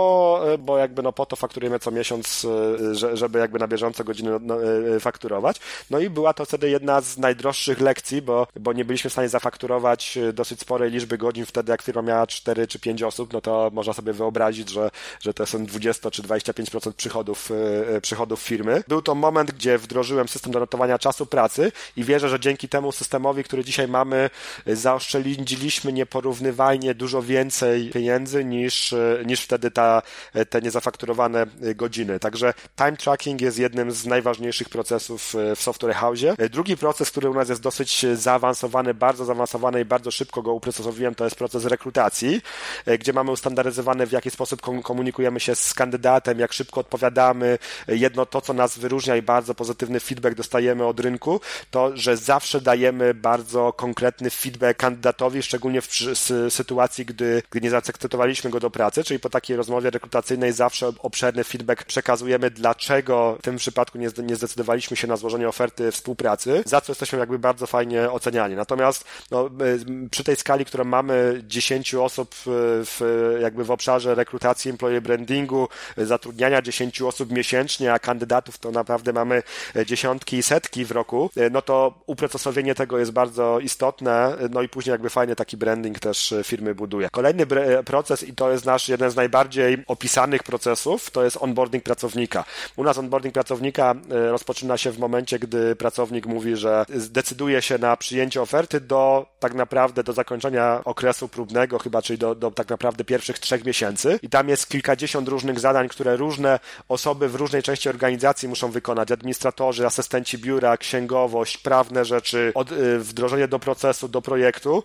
bo jakby po to fakturujemy co miesiąc, żeby jakby na bieżąco godziny fakturować. No i była to wtedy jedna z najdroższych lekcji, bo nie byliśmy w stanie zafakturować dosyć sporej liczby godzin wtedy, jak firma miała 4 czy 5 osób, no to można sobie wyobrazić, że to są 20 czy 25% przychodów firmy. Był to moment, gdzie wdrożyłem system do notowania czasu pracy i wierzę, że dzięki temu systemowi, który dzisiaj mamy, zaoszczędziliśmy nieporównywalnie dużo więcej pieniędzy niż wtedy te niezafakturowane godziny. Także time tracking jest jednym z najważniejszych procesów w software house. Drugi proces, który u nas jest dosyć zaawansowany, bardzo zaawansowany i bardzo szybko go uprocesowiłem, to jest proces rekrutacji, gdzie mamy ustandaryzowane, w jaki sposób komunikujemy się z kandydatem, jak szybko odpowiadamy. Jedno to, co nas wyróżnia i bardzo pozytywny feedback dostajemy od rynku, to, że zawsze dajemy bardzo konkretny feedback kandydatowi, szczególnie w sytuacji, gdy nie zaakceptowaliśmy go do pracy, czyli po takiej rozmowie rekrutacyjnej zawsze obszerny feedback przekazujemy, dlaczego w tym przypadku nie zdecydowaliśmy się na złożenie oferty współpracy, za co jesteśmy jakby bardzo fajnie oceniani. Natomiast przy tej skali, którą mamy 10 osób jakby w obszarze rekrutacji, employee brandingu, zatrudniania 10 osób miesięcznie, a kandydatów to naprawdę mamy dziesiątki i setki w roku, no to uprocesowienie tego jest bardzo istotne, no i później jakby fajnie taki branding też firmy buduje. Kolejny proces i to jest nasz jeden z najbardziej opisanych procesów, to jest onboarding pracownika. U nas onboarding pracownika rozpoczyna się w momencie, gdy pracownik mówi, że zdecyduje się na przyjęcie oferty tak naprawdę do zakończenia okresu próbnego, chyba czyli do tak naprawdę pierwszych 3 miesięcy i tam jest kilkadziesiąt różnych zadań, które różne osoby w różnej części organizacji muszą wykonać. Administratorzy, asystenci biura, księgowość, prawne rzeczy, wdrożenie do procesu, do projektu.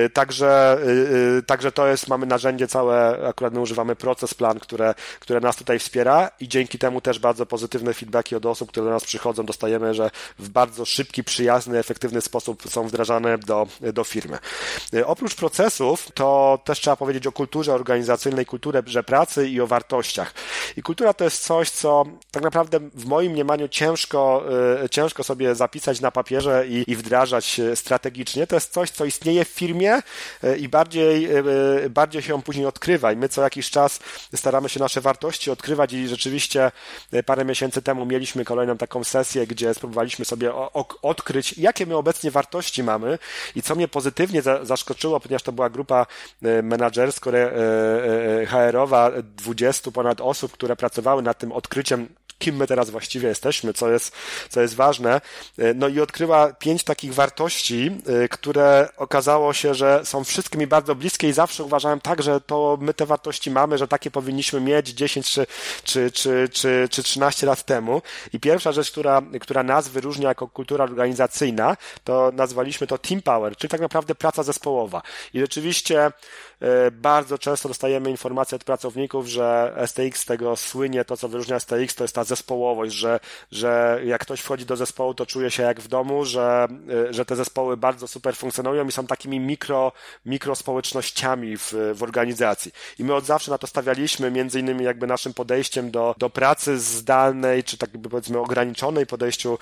Także to jest, mamy narzędzie całe, akurat my używamy Proces Plan, które nas tutaj wspiera i dzięki temu też bardzo pozytywne feedbacki od osób, które do nas przychodzą, dostajemy, że w bardzo szybki, przyjazny, efektywny sposób są wdrażane do firmy. Oprócz procesów, to też trzeba powiedzieć o kulturze organizacyjnej, kulturze pracy i o wartościach. I kultura to jest coś, co tak naprawdę w moim mniemaniu ciężko sobie zapisać na papierze i wdrażać strategicznie. To jest coś, co istnieje w firmie i bardziej się później odkrywa. I my co jakiś czas staramy się nasze wartości odkrywać i rzeczywiście parę miesięcy temu mieliśmy kolejną taką sesję, gdzie spróbowaliśmy sobie odkryć, jakie my obecnie wartości mamy i co mnie pozytywnie zaskoczyło, ponieważ to była grupa menadżersko-HR-owa 20 ponad osób, które pracowały nad tym odkryciem, kim my teraz właściwie jesteśmy, co jest ważne. No i odkryła 5 takich wartości, które okazało się, że są wszystkim mi bardzo bliskie i zawsze uważałem tak, że to my te wartości mamy, że takie powinniśmy mieć 10 czy 13 lat temu. I pierwsza rzecz, która nas wyróżnia jako kultura organizacyjna, to nazwaliśmy to Team Power, czyli tak naprawdę praca zespołowa. I rzeczywiście bardzo często dostajemy informacje od pracowników, że STX z tego słynie, to co wyróżnia STX, to jest ta zespołowość, że jak ktoś wchodzi do zespołu, to czuje się jak w domu, że te zespoły bardzo super funkcjonują i są takimi mikrospołecznościami w organizacji. I my od zawsze na to stawialiśmy, między innymi jakby naszym podejściem do pracy zdalnej, czy tak jakby powiedzmy ograniczonej podejściu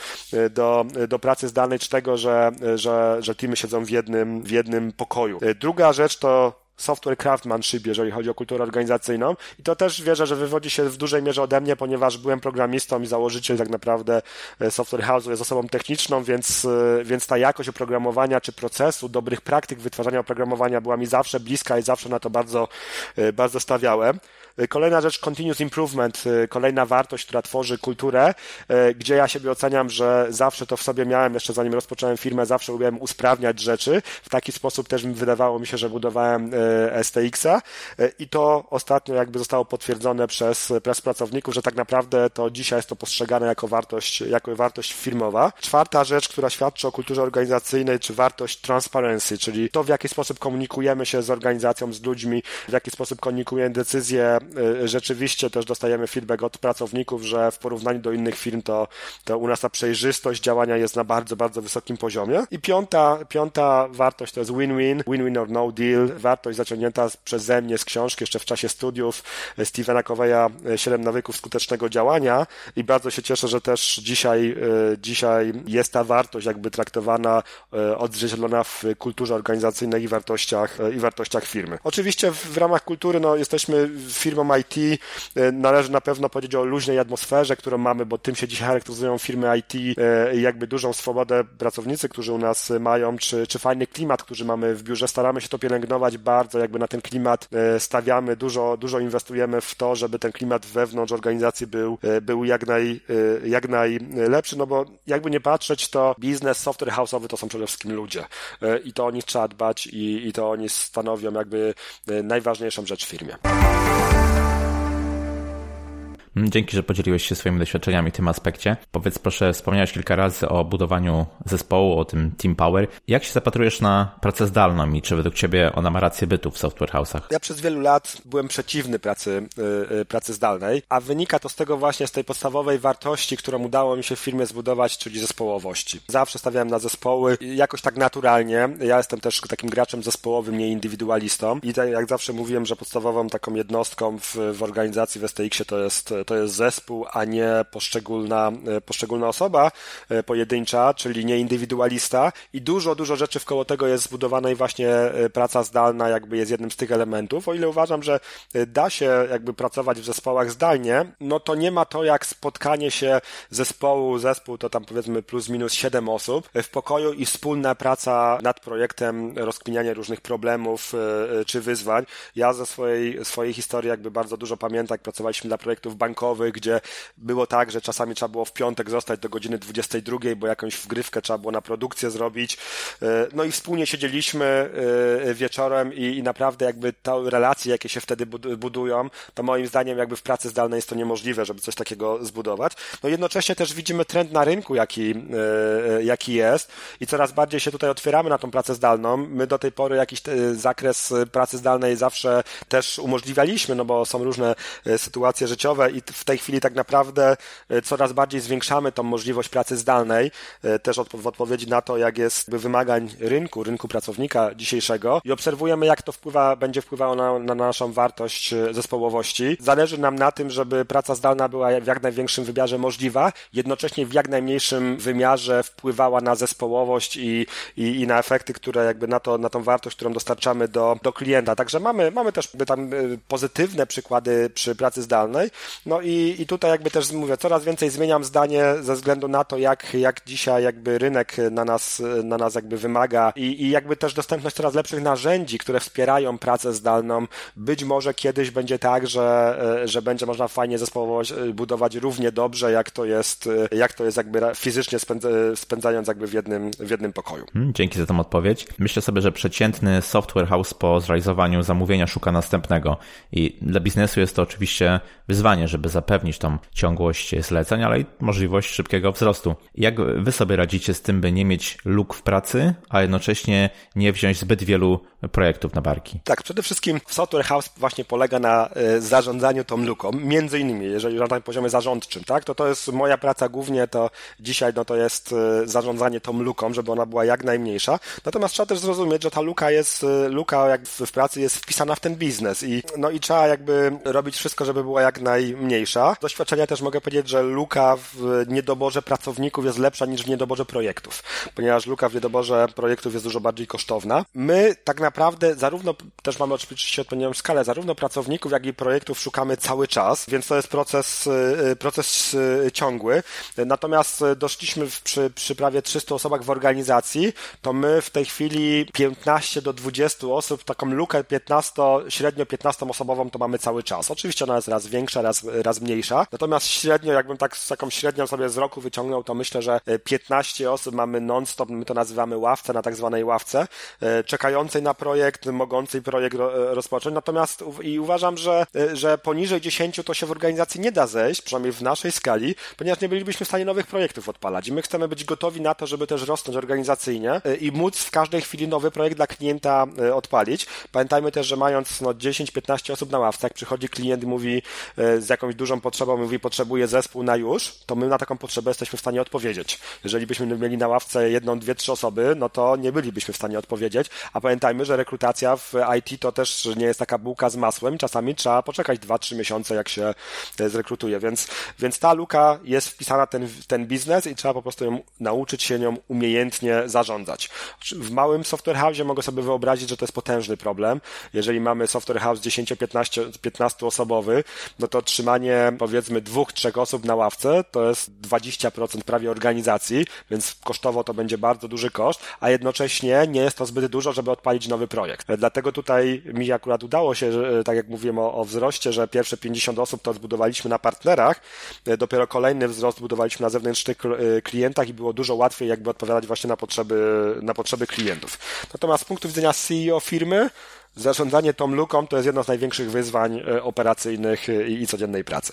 do pracy zdalnej, czy tego, że teamy siedzą w jednym pokoju. Druga rzecz to software craftsmanship, jeżeli chodzi o kulturę organizacyjną i to też wierzę, że wywodzi się w dużej mierze ode mnie, ponieważ byłem programistą i założyciel tak naprawdę Software House'u jest osobą techniczną, więc ta jakość oprogramowania czy procesu, dobrych praktyk wytwarzania oprogramowania była mi zawsze bliska i zawsze na to bardzo stawiałem. Kolejna rzecz, continuous improvement, kolejna wartość, która tworzy kulturę, gdzie ja siebie oceniam, że zawsze to w sobie miałem, jeszcze zanim rozpocząłem firmę, zawsze lubiłem usprawniać rzeczy. W taki sposób też wydawało mi się, że budowałem STX-a i to ostatnio jakby zostało potwierdzone przez pracowników, że tak naprawdę to dzisiaj jest to postrzegane jako wartość firmowa. Czwarta rzecz, która świadczy o kulturze organizacyjnej, czy wartość transparency, czyli to, w jaki sposób komunikujemy się z organizacją, z ludźmi, w jaki sposób komunikujemy decyzje. Rzeczywiście też dostajemy feedback od pracowników, że w porównaniu do innych firm to u nas ta przejrzystość działania jest na bardzo, bardzo wysokim poziomie. I piąta wartość to jest win-win or no deal, wartość zaciągnięta przeze mnie z książki jeszcze w czasie studiów Stephena Coveya 7 nawyków skutecznego działania i bardzo się cieszę, że też dzisiaj jest ta wartość jakby traktowana, odzwierciedlona w kulturze organizacyjnej i wartościach firmy. Oczywiście w ramach kultury jesteśmy firmą IT, należy na pewno powiedzieć o luźnej atmosferze, którą mamy, bo tym się dzisiaj charakteryzują firmy IT i jakby dużą swobodę pracownicy, którzy u nas mają, czy fajny klimat, który mamy w biurze. Staramy się to pielęgnować bardzo, jakby na ten klimat stawiamy, dużo inwestujemy w to, żeby ten klimat wewnątrz organizacji był jak najlepszy, no bo jakby nie patrzeć, to biznes, software house'owy to są przede wszystkim ludzie i to o nich trzeba dbać i to oni stanowią jakby najważniejszą rzecz w firmie. Dzięki, że podzieliłeś się swoimi doświadczeniami w tym aspekcie. Powiedz proszę, wspomniałeś kilka razy o budowaniu zespołu, o tym Team Power. Jak się zapatrujesz na pracę zdalną i czy według Ciebie ona ma rację bytu w software house'ach? Ja przez wielu lat byłem przeciwny pracy zdalnej, a wynika to z tego właśnie, z tej podstawowej wartości, którą udało mi się w firmie zbudować, czyli zespołowości. Zawsze stawiałem na zespoły jakoś tak naturalnie. Ja jestem też takim graczem zespołowym, nie indywidualistą i tak jak zawsze mówiłem, że podstawową taką jednostką w organizacji w STX-ie to jest zespół, a nie poszczególna osoba pojedyncza, czyli nie indywidualista i dużo rzeczy wkoło tego jest zbudowane i właśnie praca zdalna jakby jest jednym z tych elementów. O ile uważam, że da się jakby pracować w zespołach zdalnie, no to nie ma to jak spotkanie się zespół to tam powiedzmy plus minus 7 osób w pokoju i wspólna praca nad projektem, rozkminianie różnych problemów czy wyzwań. Ja ze swojej historii jakby bardzo dużo pamiętam, jak pracowaliśmy dla projektów bankowych, bankowych, gdzie było tak, że czasami trzeba było w piątek zostać do godziny 22, bo jakąś wgrywkę trzeba było na produkcję zrobić. No i wspólnie siedzieliśmy wieczorem i naprawdę jakby te relacje, jakie się wtedy budują, to moim zdaniem jakby w pracy zdalnej jest to niemożliwe, żeby coś takiego zbudować. No jednocześnie też widzimy trend na rynku, jaki jest i coraz bardziej się tutaj otwieramy na tą pracę zdalną. My do tej pory jakiś zakres pracy zdalnej zawsze też umożliwialiśmy, no bo są różne sytuacje życiowe i w tej chwili tak naprawdę coraz bardziej zwiększamy tą możliwość pracy zdalnej, też w odpowiedzi na to, jak jest wymagań rynku pracownika dzisiejszego i obserwujemy, jak to będzie wpływało na naszą wartość zespołowości. Zależy nam na tym, żeby praca zdalna była w jak największym wymiarze możliwa, jednocześnie w jak najmniejszym wymiarze wpływała na zespołowość i na efekty, które jakby na tą wartość, którą dostarczamy do klienta. Także mamy też tam pozytywne przykłady przy pracy zdalnej. No i tutaj jakby też mówię, coraz więcej zmieniam zdanie ze względu na to, jak dzisiaj jakby rynek na nas jakby wymaga i jakby też dostępność coraz lepszych narzędzi, które wspierają pracę zdalną. Być może kiedyś będzie tak, że będzie można fajnie zespołowość budować równie dobrze, jak to jest jakby fizycznie spędzając jakby w jednym pokoju. Dzięki za tą odpowiedź. Myślę sobie, że przeciętny software house po zrealizowaniu zamówienia szuka następnego i dla biznesu jest to oczywiście wyzwanie, żeby zapewnić tą ciągłość zleceń, ale i możliwość szybkiego wzrostu. Jak wy sobie radzicie z tym, by nie mieć luk w pracy, a jednocześnie nie wziąć zbyt wielu projektów na barki? Tak, przede wszystkim software house właśnie polega na zarządzaniu tą luką, między innymi, jeżeli na tym poziomie zarządczym, tak, to jest moja praca głównie, to dzisiaj to jest zarządzanie tą luką, żeby ona była jak najmniejsza. Natomiast trzeba też zrozumieć, że ta luka jak w pracy jest wpisana w ten biznes i trzeba jakby robić wszystko, żeby była jak najmniejsza. Z doświadczenia też mogę powiedzieć, że luka w niedoborze pracowników jest lepsza niż w niedoborze projektów, ponieważ luka w niedoborze projektów jest dużo bardziej kosztowna. My tak naprawdę zarówno, też mamy oczywiście odpowiednią skalę, zarówno pracowników, jak i projektów szukamy cały czas, więc to jest proces ciągły. Natomiast doszliśmy przy prawie 300 osobach w organizacji, to my w tej chwili 15 do 20 osób, taką lukę średnio 15-osobową to mamy cały czas. Oczywiście ona jest raz większa, raz mniejsza. Natomiast średnio, jakbym tak z taką średnią sobie z roku wyciągnął, to myślę, że 15 osób mamy non-stop, my to nazywamy ławce, na tak zwanej ławce, czekającej na projekt, mogącej projekt rozpocząć. Natomiast uważam, że poniżej 10 to się w organizacji nie da zejść, przynajmniej w naszej skali, ponieważ nie bylibyśmy w stanie nowych projektów odpalać. I my chcemy być gotowi na to, żeby też rosnąć organizacyjnie i móc w każdej chwili nowy projekt dla klienta odpalić. Pamiętajmy też, że mając 10-15 osób na ławce, jak przychodzi klient i mówi z jakąś dużą potrzebą, mówi potrzebuje zespół na już, to my na taką potrzebę jesteśmy w stanie odpowiedzieć. Jeżeli byśmy mieli na ławce 1, 2, 3 osoby, no to nie bylibyśmy w stanie odpowiedzieć, a pamiętajmy, że rekrutacja w IT to też nie jest taka bułka z masłem, czasami trzeba poczekać 2-3 miesiące, jak się zrekrutuje, więc ta luka jest wpisana w ten biznes i trzeba po prostu nauczyć się nią umiejętnie zarządzać. W małym software house mogę sobie wyobrazić, że to jest potężny problem. Jeżeli mamy software house 10-15 osobowy, no to trzymanie powiedzmy 2-3 osób na ławce to jest 20% prawie organizacji, więc kosztowo to będzie bardzo duży koszt, a jednocześnie nie jest to zbyt dużo, żeby odpalić nowy projekt. Dlatego tutaj mi akurat udało się, że, tak jak mówiłem o wzroście, że pierwsze 50 osób to zbudowaliśmy na partnerach, dopiero kolejny wzrost budowaliśmy na zewnętrznych klientach i było dużo łatwiej jakby odpowiadać właśnie na potrzeby klientów. Natomiast z punktu widzenia CEO firmy, zarządzanie tą luką to jest jedno z największych wyzwań operacyjnych i codziennej pracy.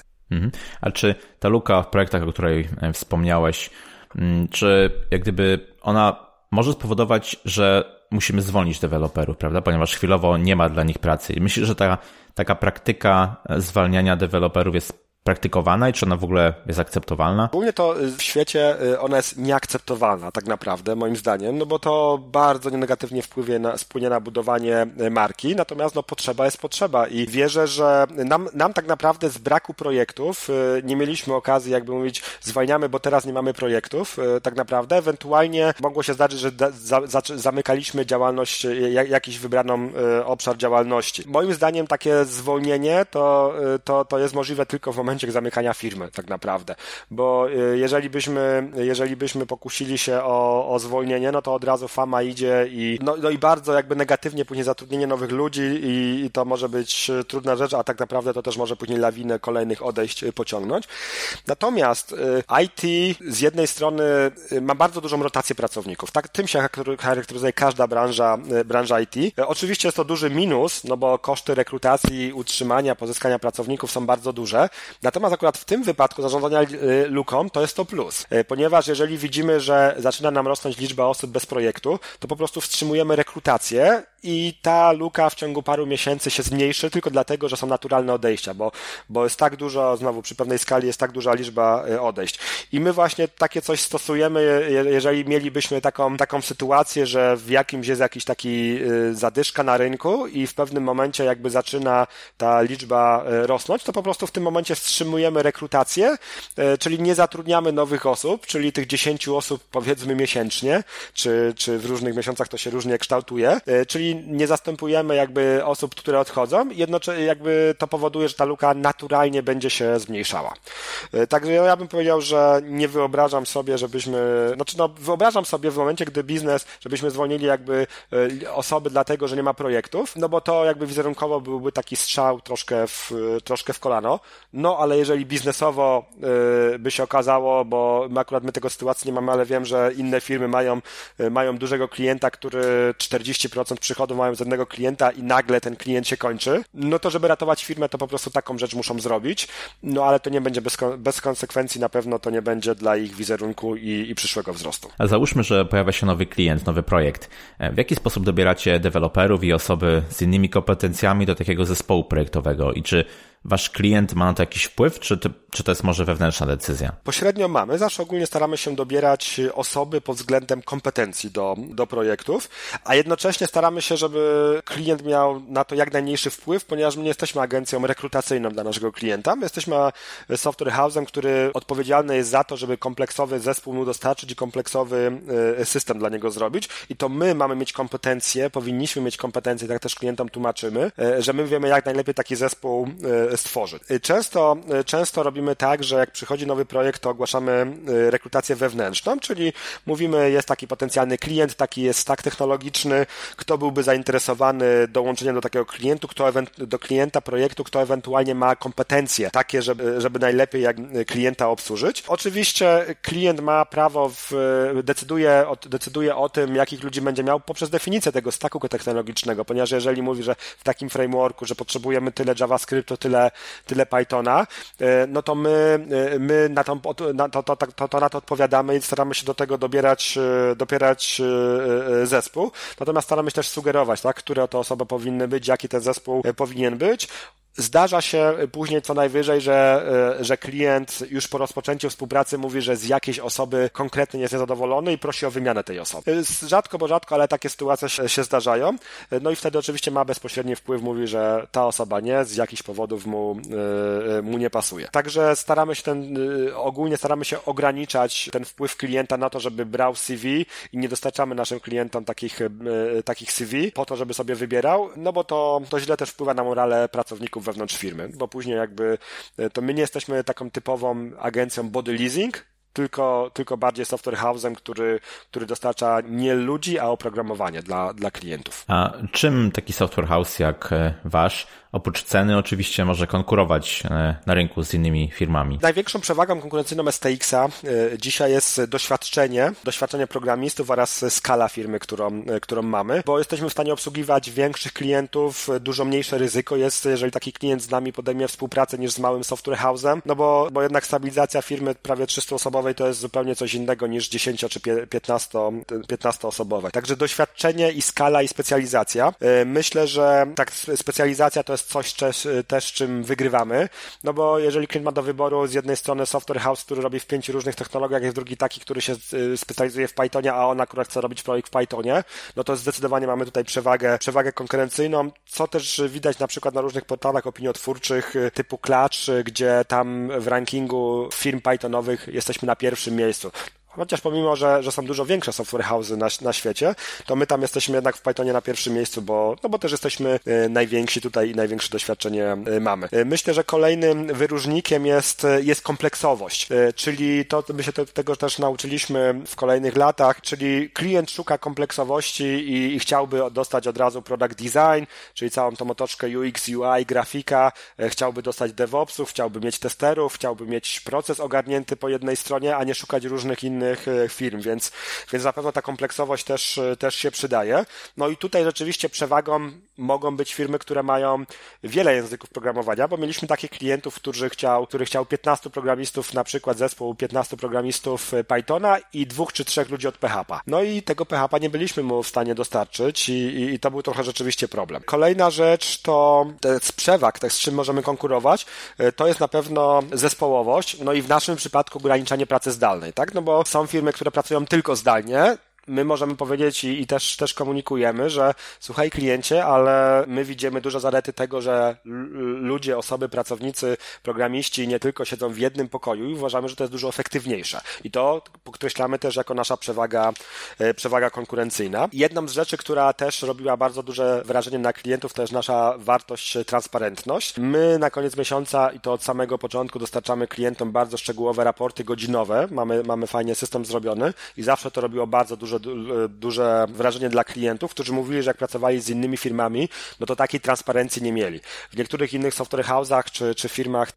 A czy ta luka w projektach, o której wspomniałeś, czy jak gdyby ona może spowodować, że musimy zwolnić deweloperów, prawda? Ponieważ chwilowo nie ma dla nich pracy. I myślę, że taka praktyka zwalniania deweloperów jest praktykowana i czy ona w ogóle jest akceptowalna? Ogólnie to w świecie ona jest nieakceptowalna tak naprawdę, moim zdaniem, no bo to bardzo negatywnie wpłynie na budowanie marki, natomiast potrzeba jest potrzeba i wierzę, że nam tak naprawdę z braku projektów nie mieliśmy okazji jakby mówić zwalniamy, bo teraz nie mamy projektów tak naprawdę, ewentualnie mogło się zdarzyć, że zamykaliśmy działalność, jakiś wybraną obszar działalności. Moim zdaniem takie zwolnienie to jest możliwe tylko w momencie, momencie zamykania firmy tak naprawdę, bo jeżeli byśmy pokusili się o zwolnienie, no to od razu fama idzie i no i bardzo jakby negatywnie później zatrudnienie nowych ludzi i to może być trudna rzecz, a tak naprawdę to też może później lawinę kolejnych odejść pociągnąć. Natomiast IT z jednej strony ma bardzo dużą rotację pracowników. Tak, tym się charakteryzuje każda branża IT. Oczywiście jest to duży minus, no bo koszty rekrutacji, utrzymania, pozyskania pracowników są bardzo duże. Natomiast akurat w tym wypadku zarządzania luką to jest to plus, ponieważ jeżeli widzimy, że zaczyna nam rosnąć liczba osób bez projektu, to po prostu wstrzymujemy rekrutację i ta luka w ciągu paru miesięcy się zmniejszy tylko dlatego, że są naturalne odejścia, bo jest tak dużo, znowu przy pewnej skali jest tak duża liczba odejść. I my właśnie takie coś stosujemy, jeżeli mielibyśmy taką sytuację, że w jakimś jest jakiś taki zadyszka na rynku i w pewnym momencie jakby zaczyna ta liczba rosnąć, to po prostu w tym momencie wstrzymujemy rekrutację, czyli nie zatrudniamy nowych osób, czyli tych 10 osób powiedzmy miesięcznie, czy w różnych miesiącach to się różnie kształtuje, czyli nie zastępujemy jakby osób, które odchodzą, jednocześnie jakby to powoduje, że ta luka naturalnie będzie się zmniejszała. Także ja bym powiedział, że nie wyobrażam sobie, wyobrażam sobie w momencie, gdy biznes, żebyśmy zwolnili jakby osoby dlatego, że nie ma projektów, no bo to jakby wizerunkowo byłby taki strzał troszkę w kolano, no ale jeżeli biznesowo by się okazało, bo my tego sytuacji nie mamy, ale wiem, że inne firmy mają dużego klienta, który 40% przychodów mają z jednego klienta i nagle ten klient się kończy, no to żeby ratować firmę, to po prostu taką rzecz muszą zrobić, no ale to nie będzie bez konsekwencji, na pewno to nie będzie dla ich wizerunku i przyszłego wzrostu. A załóżmy, że pojawia się nowy klient, nowy projekt. W jaki sposób dobieracie deweloperów i osoby z innymi kompetencjami do takiego zespołu projektowego i czy wasz klient ma na to jakiś wpływ, czy to jest może wewnętrzna decyzja? Pośrednio mamy. Zawsze ogólnie staramy się dobierać osoby pod względem kompetencji do projektów, a jednocześnie staramy się, żeby klient miał na to jak najmniejszy wpływ, ponieważ my nie jesteśmy agencją rekrutacyjną dla naszego klienta. My jesteśmy software house'em, który odpowiedzialny jest za to, żeby kompleksowy zespół mu dostarczyć i kompleksowy system dla niego zrobić. I to my mamy mieć kompetencje, powinniśmy mieć kompetencje, tak też klientom tłumaczymy, że my wiemy, jak najlepiej taki zespół stworzyć. Często robimy tak, że jak przychodzi nowy projekt, to ogłaszamy rekrutację wewnętrzną, czyli mówimy, jest taki potencjalny klient, taki jest stack technologiczny, kto byłby zainteresowany dołączeniem do takiego klienta projektu, kto ewentualnie ma kompetencje takie, żeby najlepiej jak klienta obsłużyć. Oczywiście klient ma prawo, decyduje o tym, jakich ludzi będzie miał poprzez definicję tego stacku technologicznego, ponieważ jeżeli mówi, że w takim frameworku, że potrzebujemy tyle JavaScriptu, tyle Pythona, no to my na to odpowiadamy i staramy się do tego dobierać zespół. Natomiast staramy się też sugerować, tak, które to osoby powinny być, jaki ten zespół powinien być. Zdarza się później co najwyżej, że klient już po rozpoczęciu współpracy mówi, że z jakiejś osoby konkretnie jest niezadowolony i prosi o wymianę tej osoby. Rzadko, ale takie sytuacje się zdarzają. No i wtedy oczywiście ma bezpośredni wpływ, mówi, że ta osoba z jakichś powodów mu nie pasuje. Także ogólnie staramy się ograniczać ten wpływ klienta na to, żeby brał CV i nie dostarczamy naszym klientom takich CV po to, żeby sobie wybierał, no bo to źle też wpływa na morale pracowników wewnątrz firmy, bo później jakby to my nie jesteśmy taką typową agencją body leasing, tylko bardziej software house'em, który dostarcza nie ludzi, a oprogramowanie dla klientów. A czym taki software house jak wasz, oprócz ceny oczywiście, może konkurować na rynku z innymi firmami? Największą przewagą konkurencyjną STX-a dzisiaj jest doświadczenie programistów oraz skala firmy, którą mamy, bo jesteśmy w stanie obsługiwać większych klientów, dużo mniejsze ryzyko jest, jeżeli taki klient z nami podejmie współpracę niż z małym software house'em, no bo jednak stabilizacja firmy prawie 300-osobowej to jest zupełnie coś innego niż 10 czy 15-osobowej. Także doświadczenie i skala i specjalizacja. Myślę, że tak specjalizacja to jest coś też czym wygrywamy, no bo jeżeli klient ma do wyboru z jednej strony software house, który robi w 5 różnych technologiach, jest drugi taki, który się specjalizuje w Pythonie, a on akurat chce robić projekt w Pythonie, no to zdecydowanie mamy tutaj przewagę konkurencyjną, co też widać na przykład na różnych portalach opiniotwórczych typu Clutch, gdzie tam w rankingu firm Pythonowych jesteśmy na pierwszym miejscu. chociaż pomimo, że są dużo większe software house'y na świecie, to my tam jesteśmy jednak w Pythonie na pierwszym miejscu, bo też jesteśmy najwięksi tutaj i największe doświadczenie mamy. Myślę, że kolejnym wyróżnikiem jest kompleksowość, czyli to my się tego też nauczyliśmy w kolejnych latach, czyli klient szuka kompleksowości i chciałby dostać od razu product design, czyli całą tą otoczkę UX, UI, grafika, chciałby dostać DevOpsów, chciałby mieć testerów, chciałby mieć proces ogarnięty po jednej stronie, a nie szukać różnych innych firm, więc na pewno ta kompleksowość też się przydaje. No i tutaj rzeczywiście przewagą mogą być firmy, które mają wiele języków programowania, bo mieliśmy takich klientów, który chciał 15 programistów, na przykład zespół 15 programistów Pythona i 2 czy 3 ludzi od PHP. No i tego PHP nie byliśmy mu w stanie dostarczyć i to był trochę rzeczywiście problem. Kolejna rzecz to z przewag, z czym możemy konkurować, to jest na pewno zespołowość, no i w naszym przypadku ograniczanie pracy zdalnej, tak? No bo są firmy, które pracują tylko zdalnie. My możemy powiedzieć i też komunikujemy, że słuchaj kliencie, ale my widzimy dużo zalety tego, że ludzie, osoby, pracownicy, programiści nie tylko siedzą w jednym pokoju i uważamy, że to jest dużo efektywniejsze. I to podkreślamy też jako nasza przewaga konkurencyjna. Jedną z rzeczy, która też robiła bardzo duże wrażenie na klientów, to jest nasza wartość, transparentność. My na koniec miesiąca i to od samego początku dostarczamy klientom bardzo szczegółowe raporty godzinowe. Mamy fajnie system zrobiony i zawsze to robiło bardzo duże wrażenie dla klientów, którzy mówili, że jak pracowali z innymi firmami, no to takiej transparencji nie mieli. W niektórych innych software house'ach czy firmach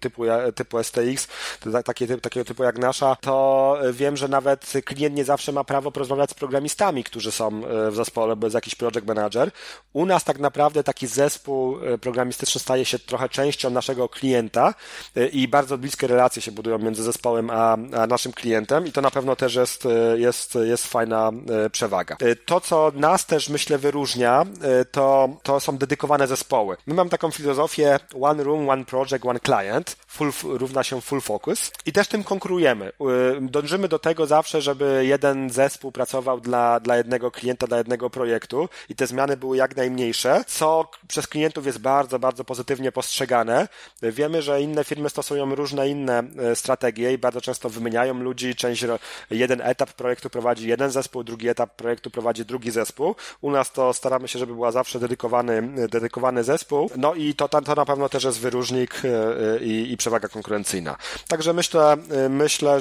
typu STX, takiego typu jak nasza, to wiem, że nawet klient nie zawsze ma prawo porozmawiać z programistami, którzy są w zespole, bo jest jakiś project manager. U nas tak naprawdę taki zespół programistyczny staje się trochę częścią naszego klienta i bardzo bliskie relacje się budują między zespołem a naszym klientem i to na pewno też jest fajna przewaga. To, co nas też, myślę, wyróżnia, to są dedykowane zespoły. My mamy taką filozofię one room, one project, one client, równa się full focus i też tym konkurujemy. Dążymy do tego zawsze, żeby jeden zespół pracował dla jednego klienta, dla jednego projektu i te zmiany były jak najmniejsze, co przez klientów jest bardzo, bardzo pozytywnie postrzegane. Wiemy, że inne firmy stosują różne inne strategie i bardzo często wymieniają ludzi, jeden etap projektu prowadzi jeden zespół, drugi etap projektu prowadzi drugi zespół. U nas to staramy się, żeby była zawsze dedykowany zespół. No i to na pewno też jest wyróżnik i przewaga konkurencyjna. Także myślę,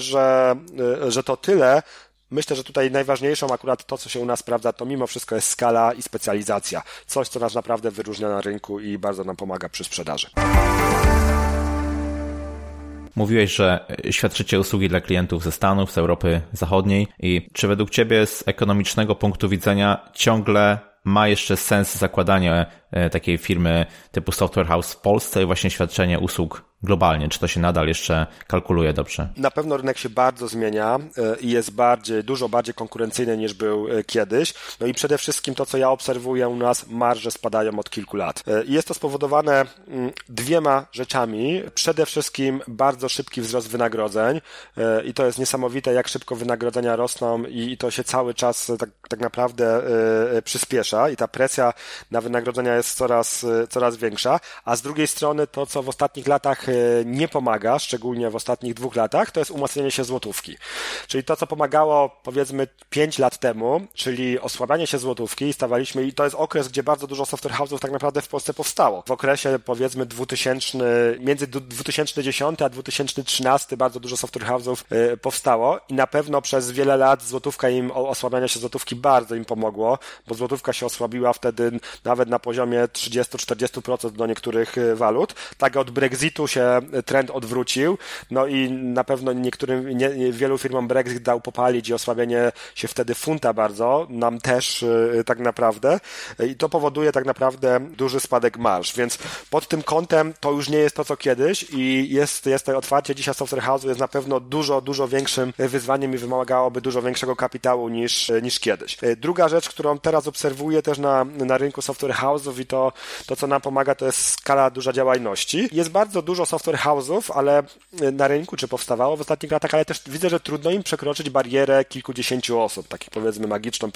że to tyle. Myślę, że tutaj najważniejszą akurat to, co się u nas sprawdza, to mimo wszystko jest skala i specjalizacja. Coś, co nas naprawdę wyróżnia na rynku i bardzo nam pomaga przy sprzedaży. Mówiłeś, że świadczycie usługi dla klientów ze Stanów, z Europy Zachodniej i czy według Ciebie z ekonomicznego punktu widzenia ciągle ma jeszcze sens zakładanie takiej firmy typu Software House w Polsce i właśnie świadczenie usług globalnie? Czy to się nadal jeszcze kalkuluje dobrze? Na pewno rynek się bardzo zmienia i jest dużo bardziej konkurencyjny niż był kiedyś. No i przede wszystkim to, co ja obserwuję u nas, marże spadają od kilku lat. I jest to spowodowane dwiema rzeczami. Przede wszystkim bardzo szybki wzrost wynagrodzeń i to jest niesamowite, jak szybko wynagrodzenia rosną i to się cały czas tak naprawdę przyspiesza i ta presja na wynagrodzenia jest coraz większa, a z drugiej strony to, co w ostatnich latach nie pomaga, szczególnie w ostatnich 2 latach, to jest umocnienie się złotówki. Czyli to, co pomagało powiedzmy 5 lat temu, czyli osłabianie się złotówki i to jest okres, gdzie bardzo dużo software house'ów tak naprawdę w Polsce powstało. W okresie powiedzmy między 2010 a 2013 bardzo dużo software house'ów powstało i na pewno przez wiele lat osłabianie się złotówki bardzo im pomogło, bo złotówka się osłabiła wtedy nawet na poziomie 30-40% do niektórych walut. Tak od Brexitu się trend odwrócił, no i na pewno wielu firmom Brexit dał popalić i osłabienie się wtedy funta bardzo, nam też tak naprawdę i to powoduje tak naprawdę duży spadek marż, więc pod tym kątem to już nie jest to, co kiedyś i jest to otwarcie dzisiaj software house'u jest na pewno dużo większym wyzwaniem i wymagałoby dużo większego kapitału niż kiedyś. Druga rzecz, którą teraz obserwuję też na rynku software house'ów i to, co nam pomaga, to jest skala duża działalności. Jest bardzo dużo software house'ów, ale na rynku, czy powstawało w ostatnich latach, ale też widzę, że trudno im przekroczyć barierę kilkudziesięciu osób, takich powiedzmy magiczną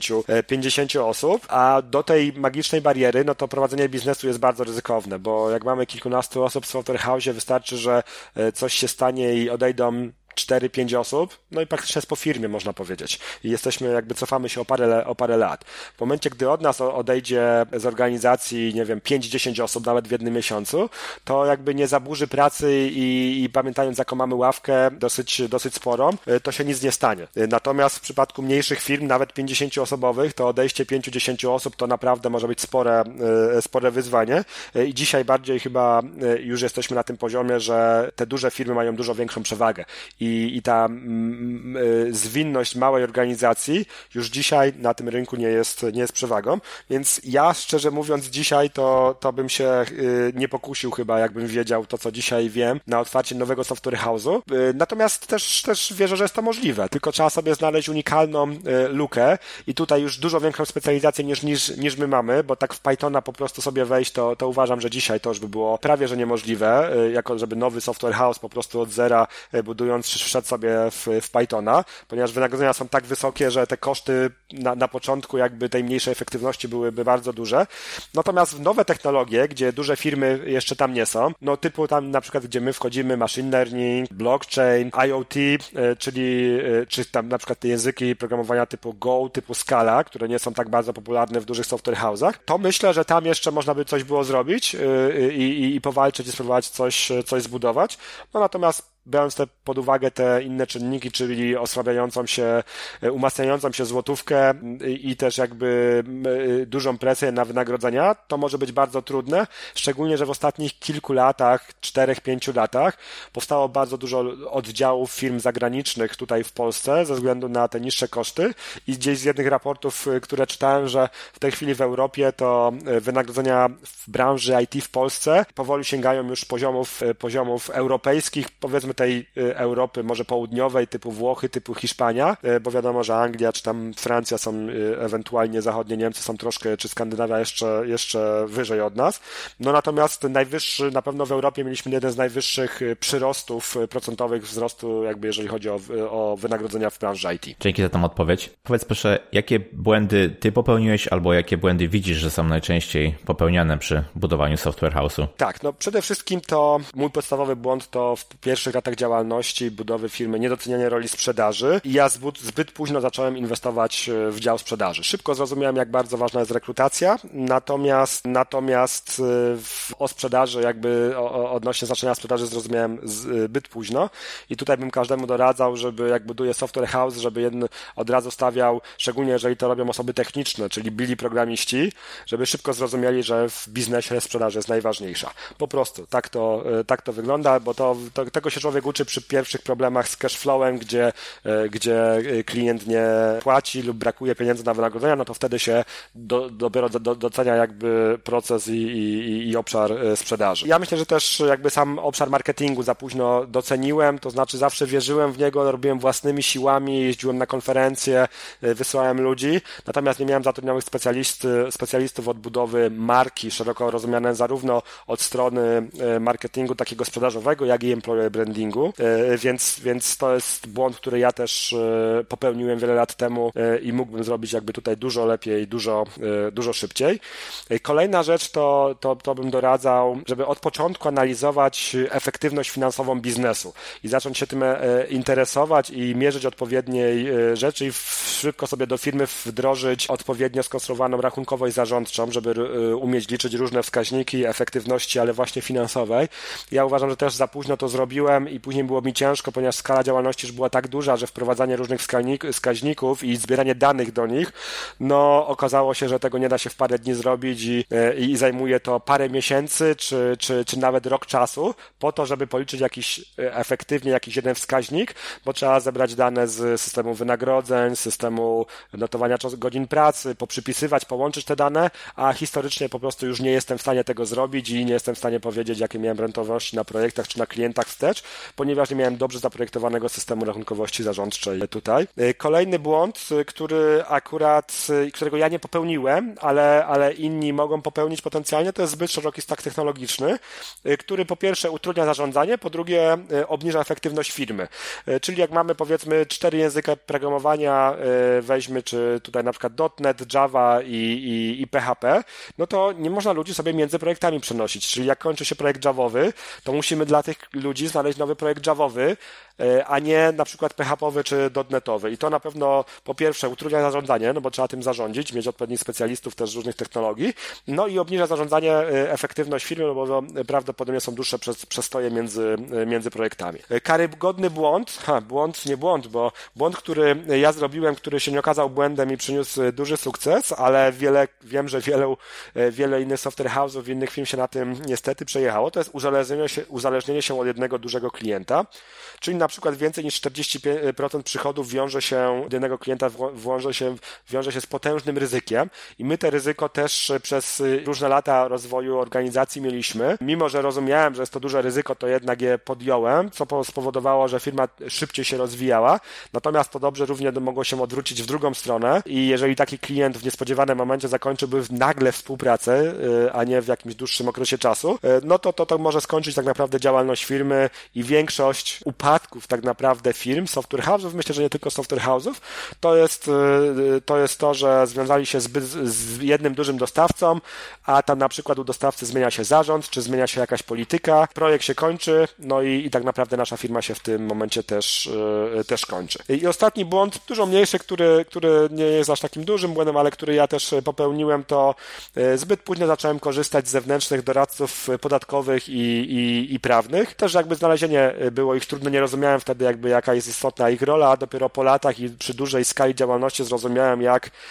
50 osób, a do tej magicznej bariery, no to prowadzenie biznesu jest bardzo ryzykowne, bo jak mamy kilkunastu osób w software house'ie, wystarczy, że coś się stanie i odejdą 4-5 osób, no i praktycznie jest po firmie, można powiedzieć. I jesteśmy, jakby cofamy się o parę lat. W momencie, gdy od nas odejdzie z organizacji, nie wiem, 5-10 osób nawet w jednym miesiącu, to jakby nie zaburzy pracy i pamiętając, jaką mamy ławkę dosyć sporą, to się nic nie stanie. Natomiast w przypadku mniejszych firm, nawet 50-osobowych, to odejście 5-10 osób to naprawdę może być spore wyzwanie. I dzisiaj bardziej chyba już jesteśmy na tym poziomie, że te duże firmy mają dużo większą przewagę. I ta zwinność małej organizacji już dzisiaj na tym rynku nie jest przewagą, więc ja szczerze mówiąc dzisiaj to bym się nie pokusił chyba, jakbym wiedział to, co dzisiaj wiem, na otwarcie nowego software house'u. Natomiast też wierzę, że jest to możliwe, tylko trzeba sobie znaleźć unikalną lukę i tutaj już dużo większą specjalizację niż my mamy, bo tak w Pythona po prostu sobie wejść, to uważam, że dzisiaj to już by było prawie, że niemożliwe, jako żeby nowy software house po prostu od zera budując wszedł sobie w Pythona, ponieważ wynagrodzenia są tak wysokie, że te koszty na początku jakby tej mniejszej efektywności byłyby bardzo duże. Natomiast w nowe technologie, gdzie duże firmy jeszcze tam nie są, no typu tam na przykład, gdzie my wchodzimy, machine learning, blockchain, IoT, czy tam na przykład te języki programowania typu Go, typu Scala, które nie są tak bardzo popularne w dużych software house'ach, to myślę, że tam jeszcze można by coś było zrobić i powalczyć i spróbować coś zbudować. No natomiast biorąc pod uwagę te inne czynniki, czyli umacniającą się złotówkę i też jakby dużą presję na wynagrodzenia, to może być bardzo trudne, szczególnie, że w ostatnich kilku latach, 4-5 latach powstało bardzo dużo oddziałów firm zagranicznych tutaj w Polsce ze względu na te niższe koszty i gdzieś z jednych raportów, które czytałem, że w tej chwili w Europie to wynagrodzenia w branży IT w Polsce powoli sięgają już poziomów europejskich, powiedzmy tej Europy może południowej, typu Włochy, typu Hiszpania, bo wiadomo, że Anglia czy tam Francja są, ewentualnie zachodnie Niemcy są troszkę, czy Skandynawia jeszcze wyżej od nas. No natomiast najwyższy, na pewno w Europie mieliśmy jeden z najwyższych przyrostów procentowych wzrostu, jakby jeżeli chodzi o wynagrodzenia w branży IT. Dzięki za tą odpowiedź. Powiedz proszę, jakie błędy ty popełniłeś albo jakie błędy widzisz, że są najczęściej popełniane przy budowaniu software house'u? Tak, no przede wszystkim to mój podstawowy błąd to w pierwszych latach działalności, budowy firmy, niedocenianie roli sprzedaży i ja zbyt późno zacząłem inwestować w dział sprzedaży. Szybko zrozumiałem, jak bardzo ważna jest rekrutacja, natomiast o sprzedaży, jakby odnośnie znaczenia sprzedaży zrozumiałem zbyt późno i tutaj bym każdemu doradzał, żeby jak buduje software house, żeby jeden od razu stawiał, szczególnie jeżeli to robią osoby techniczne, czyli byli programiści, żeby szybko zrozumieli, że w biznesie sprzedaż jest najważniejsza. Po prostu tak to wygląda, bo tego się człowiek uczy przy pierwszych problemach z cashflowem, gdzie klient nie płaci lub brakuje pieniędzy na wynagrodzenia, no to wtedy się dopiero docenia jakby proces i obszar sprzedaży. Ja myślę, że też jakby sam obszar marketingu za późno doceniłem, to znaczy zawsze wierzyłem w niego, robiłem własnymi siłami, jeździłem na konferencje, wysyłałem ludzi, natomiast nie miałem zatrudnionych specjalistów od budowy marki szeroko rozumiane zarówno od strony marketingu takiego sprzedażowego, jak i employer brandingu, więc to jest błąd, który ja też popełniłem wiele lat temu i mógłbym zrobić jakby tutaj dużo lepiej, dużo szybciej. Kolejna rzecz to bym doradzał, żeby od początku analizować efektywność finansową biznesu i zacząć się tym interesować i mierzyć odpowiedniej rzeczy i szybko sobie do firmy wdrożyć odpowiednio skonstruowaną rachunkowość zarządczą, żeby umieć liczyć różne wskaźniki efektywności, ale właśnie finansowej. Ja uważam, że też za późno to zrobiłem i później było mi ciężko, ponieważ skala działalności już była tak duża, że wprowadzanie różnych wskaźników i zbieranie danych do nich, no okazało się, że tego nie da się w parę dni zrobić i zajmuje to parę miesięcy, czy nawet rok czasu po to, żeby policzyć efektywnie jakiś jeden wskaźnik, bo trzeba zebrać dane z systemu wynagrodzeń, systemu notowania godzin pracy, poprzypisywać, połączyć te dane, a historycznie po prostu już nie jestem w stanie tego zrobić i nie jestem w stanie powiedzieć, jakie miałem rentowności na projektach czy na klientach wstecz, ponieważ nie miałem dobrze zaprojektowanego systemu rachunkowości zarządczej tutaj. Kolejny błąd, którego ja nie popełniłem, ale inni mogą popełnić potencjalnie, to jest zbyt szeroki stack technologiczny, który po pierwsze utrudnia zarządzanie, po drugie obniża efektywność firmy. Czyli jak mamy powiedzmy 4 języki programowania, weźmy czy tutaj na przykład .NET, Java i PHP, no to nie można ludzi sobie między projektami przenosić. Czyli jak kończy się projekt Javowy, to musimy dla tych ludzi znaleźć nowy podstawowy projekt Javowy, a nie na przykład PHP-owy czy .NET-owy. I to na pewno po pierwsze utrudnia zarządzanie, no bo trzeba tym zarządzić, mieć odpowiednich specjalistów też z różnych technologii, no i obniża zarządzanie, efektywność firmy, no bo prawdopodobnie są dłuższe przestoje między projektami. Karygodny błąd, bo błąd, który ja zrobiłem, który się nie okazał błędem i przyniósł duży sukces, ale wiem, że wiele innych software house'ów, innych firm się na tym niestety przejechało, to jest uzależnienie się od jednego dużego klienta, czyli na przykład więcej niż 40% przychodów wiąże się od jednego klienta, wiąże się z potężnym ryzykiem i my te ryzyko też przez różne lata rozwoju organizacji mieliśmy. Mimo że rozumiałem, że jest to duże ryzyko, to jednak je podjąłem, co spowodowało, że firma szybciej się rozwijała. Natomiast to dobrze równie mogło się odwrócić w drugą stronę i jeżeli taki klient w niespodziewanym momencie zakończyłby nagle współpracę, a nie w jakimś dłuższym okresie czasu, no to może skończyć tak naprawdę działalność firmy i większość upadków tak naprawdę firm, software house'ów, myślę, że nie tylko software house'ów, to jest to, że związali się z jednym dużym dostawcą, a tam na przykład u dostawcy zmienia się zarząd, czy zmienia się jakaś polityka, projekt się kończy, no i tak naprawdę nasza firma się w tym momencie też kończy. I ostatni błąd, dużo mniejszy, który nie jest aż takim dużym błędem, ale który ja też popełniłem, to zbyt późno zacząłem korzystać z zewnętrznych doradców podatkowych i prawnych. Też jakby znalezienie było ich trudne, nie rozumiałem wtedy jakby jaka jest istotna ich rola, a dopiero po latach i przy dużej skali działalności zrozumiałem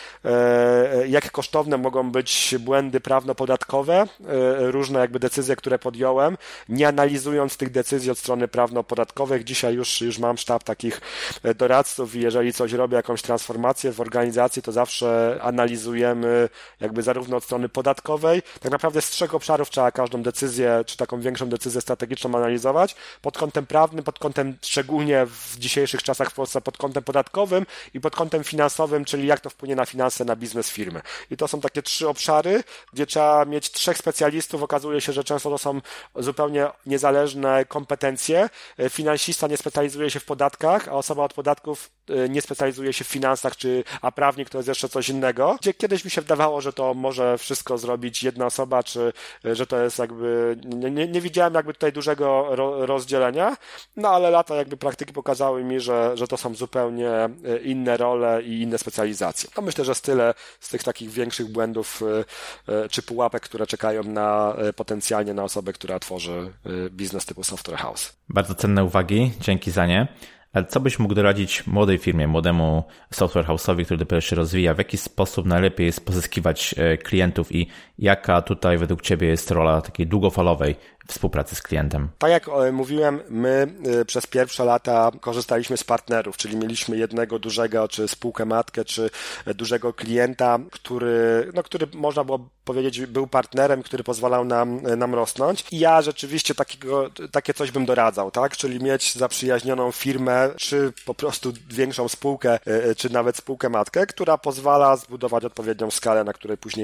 jak kosztowne mogą być błędy prawno-podatkowe, różne jakby decyzje, które podjąłem, nie analizując tych decyzji od strony prawno-podatkowych. Dzisiaj już mam sztab takich doradców i jeżeli coś robię, jakąś transformację w organizacji, to zawsze analizujemy jakby zarówno od strony podatkowej, tak naprawdę z 3 obszarów trzeba każdą decyzję, czy taką większą decyzję strategiczną analizować, pod kątem prawnym, pod kątem szczególnie w dzisiejszych czasach w Polsce, pod kątem podatkowym i pod kątem finansowym, czyli jak to wpłynie na finanse, na biznes firmy. I to są takie 3 obszary, gdzie trzeba mieć 3 specjalistów. Okazuje się, że często to są zupełnie niezależne kompetencje. Finansista nie specjalizuje się w podatkach, a osoba od podatków nie specjalizuje się w finansach, a prawnik to jest jeszcze coś innego. Gdzie kiedyś mi się wydawało, że to może wszystko zrobić jedna osoba, czy że to jest jakby... Nie widziałem jakby tutaj dużego rozdzielenia, no ale lata jakby praktyki pokazały mi, że to są zupełnie inne role i inne specjalizacje. To myślę, że tyle z tych takich większych błędów czy pułapek, które czekają potencjalnie na osobę, która tworzy biznes typu software house. Bardzo cenne uwagi, dzięki za nie. Ale co byś mógł doradzić młodej firmie, młodemu software house'owi, który dopiero się rozwija? W jaki sposób najlepiej jest pozyskiwać klientów i jaka tutaj według Ciebie jest rola takiej długofalowej współpracy z klientem? Tak jak mówiłem, my przez pierwsze lata korzystaliśmy z partnerów, czyli mieliśmy jednego dużego, czy spółkę matkę, czy dużego klienta, który można było powiedzieć był partnerem, który pozwalał nam rosnąć. I ja rzeczywiście takie coś bym doradzał, tak? Czyli mieć zaprzyjaźnioną firmę, czy po prostu większą spółkę, czy nawet spółkę matkę, która pozwala zbudować odpowiednią skalę, na której później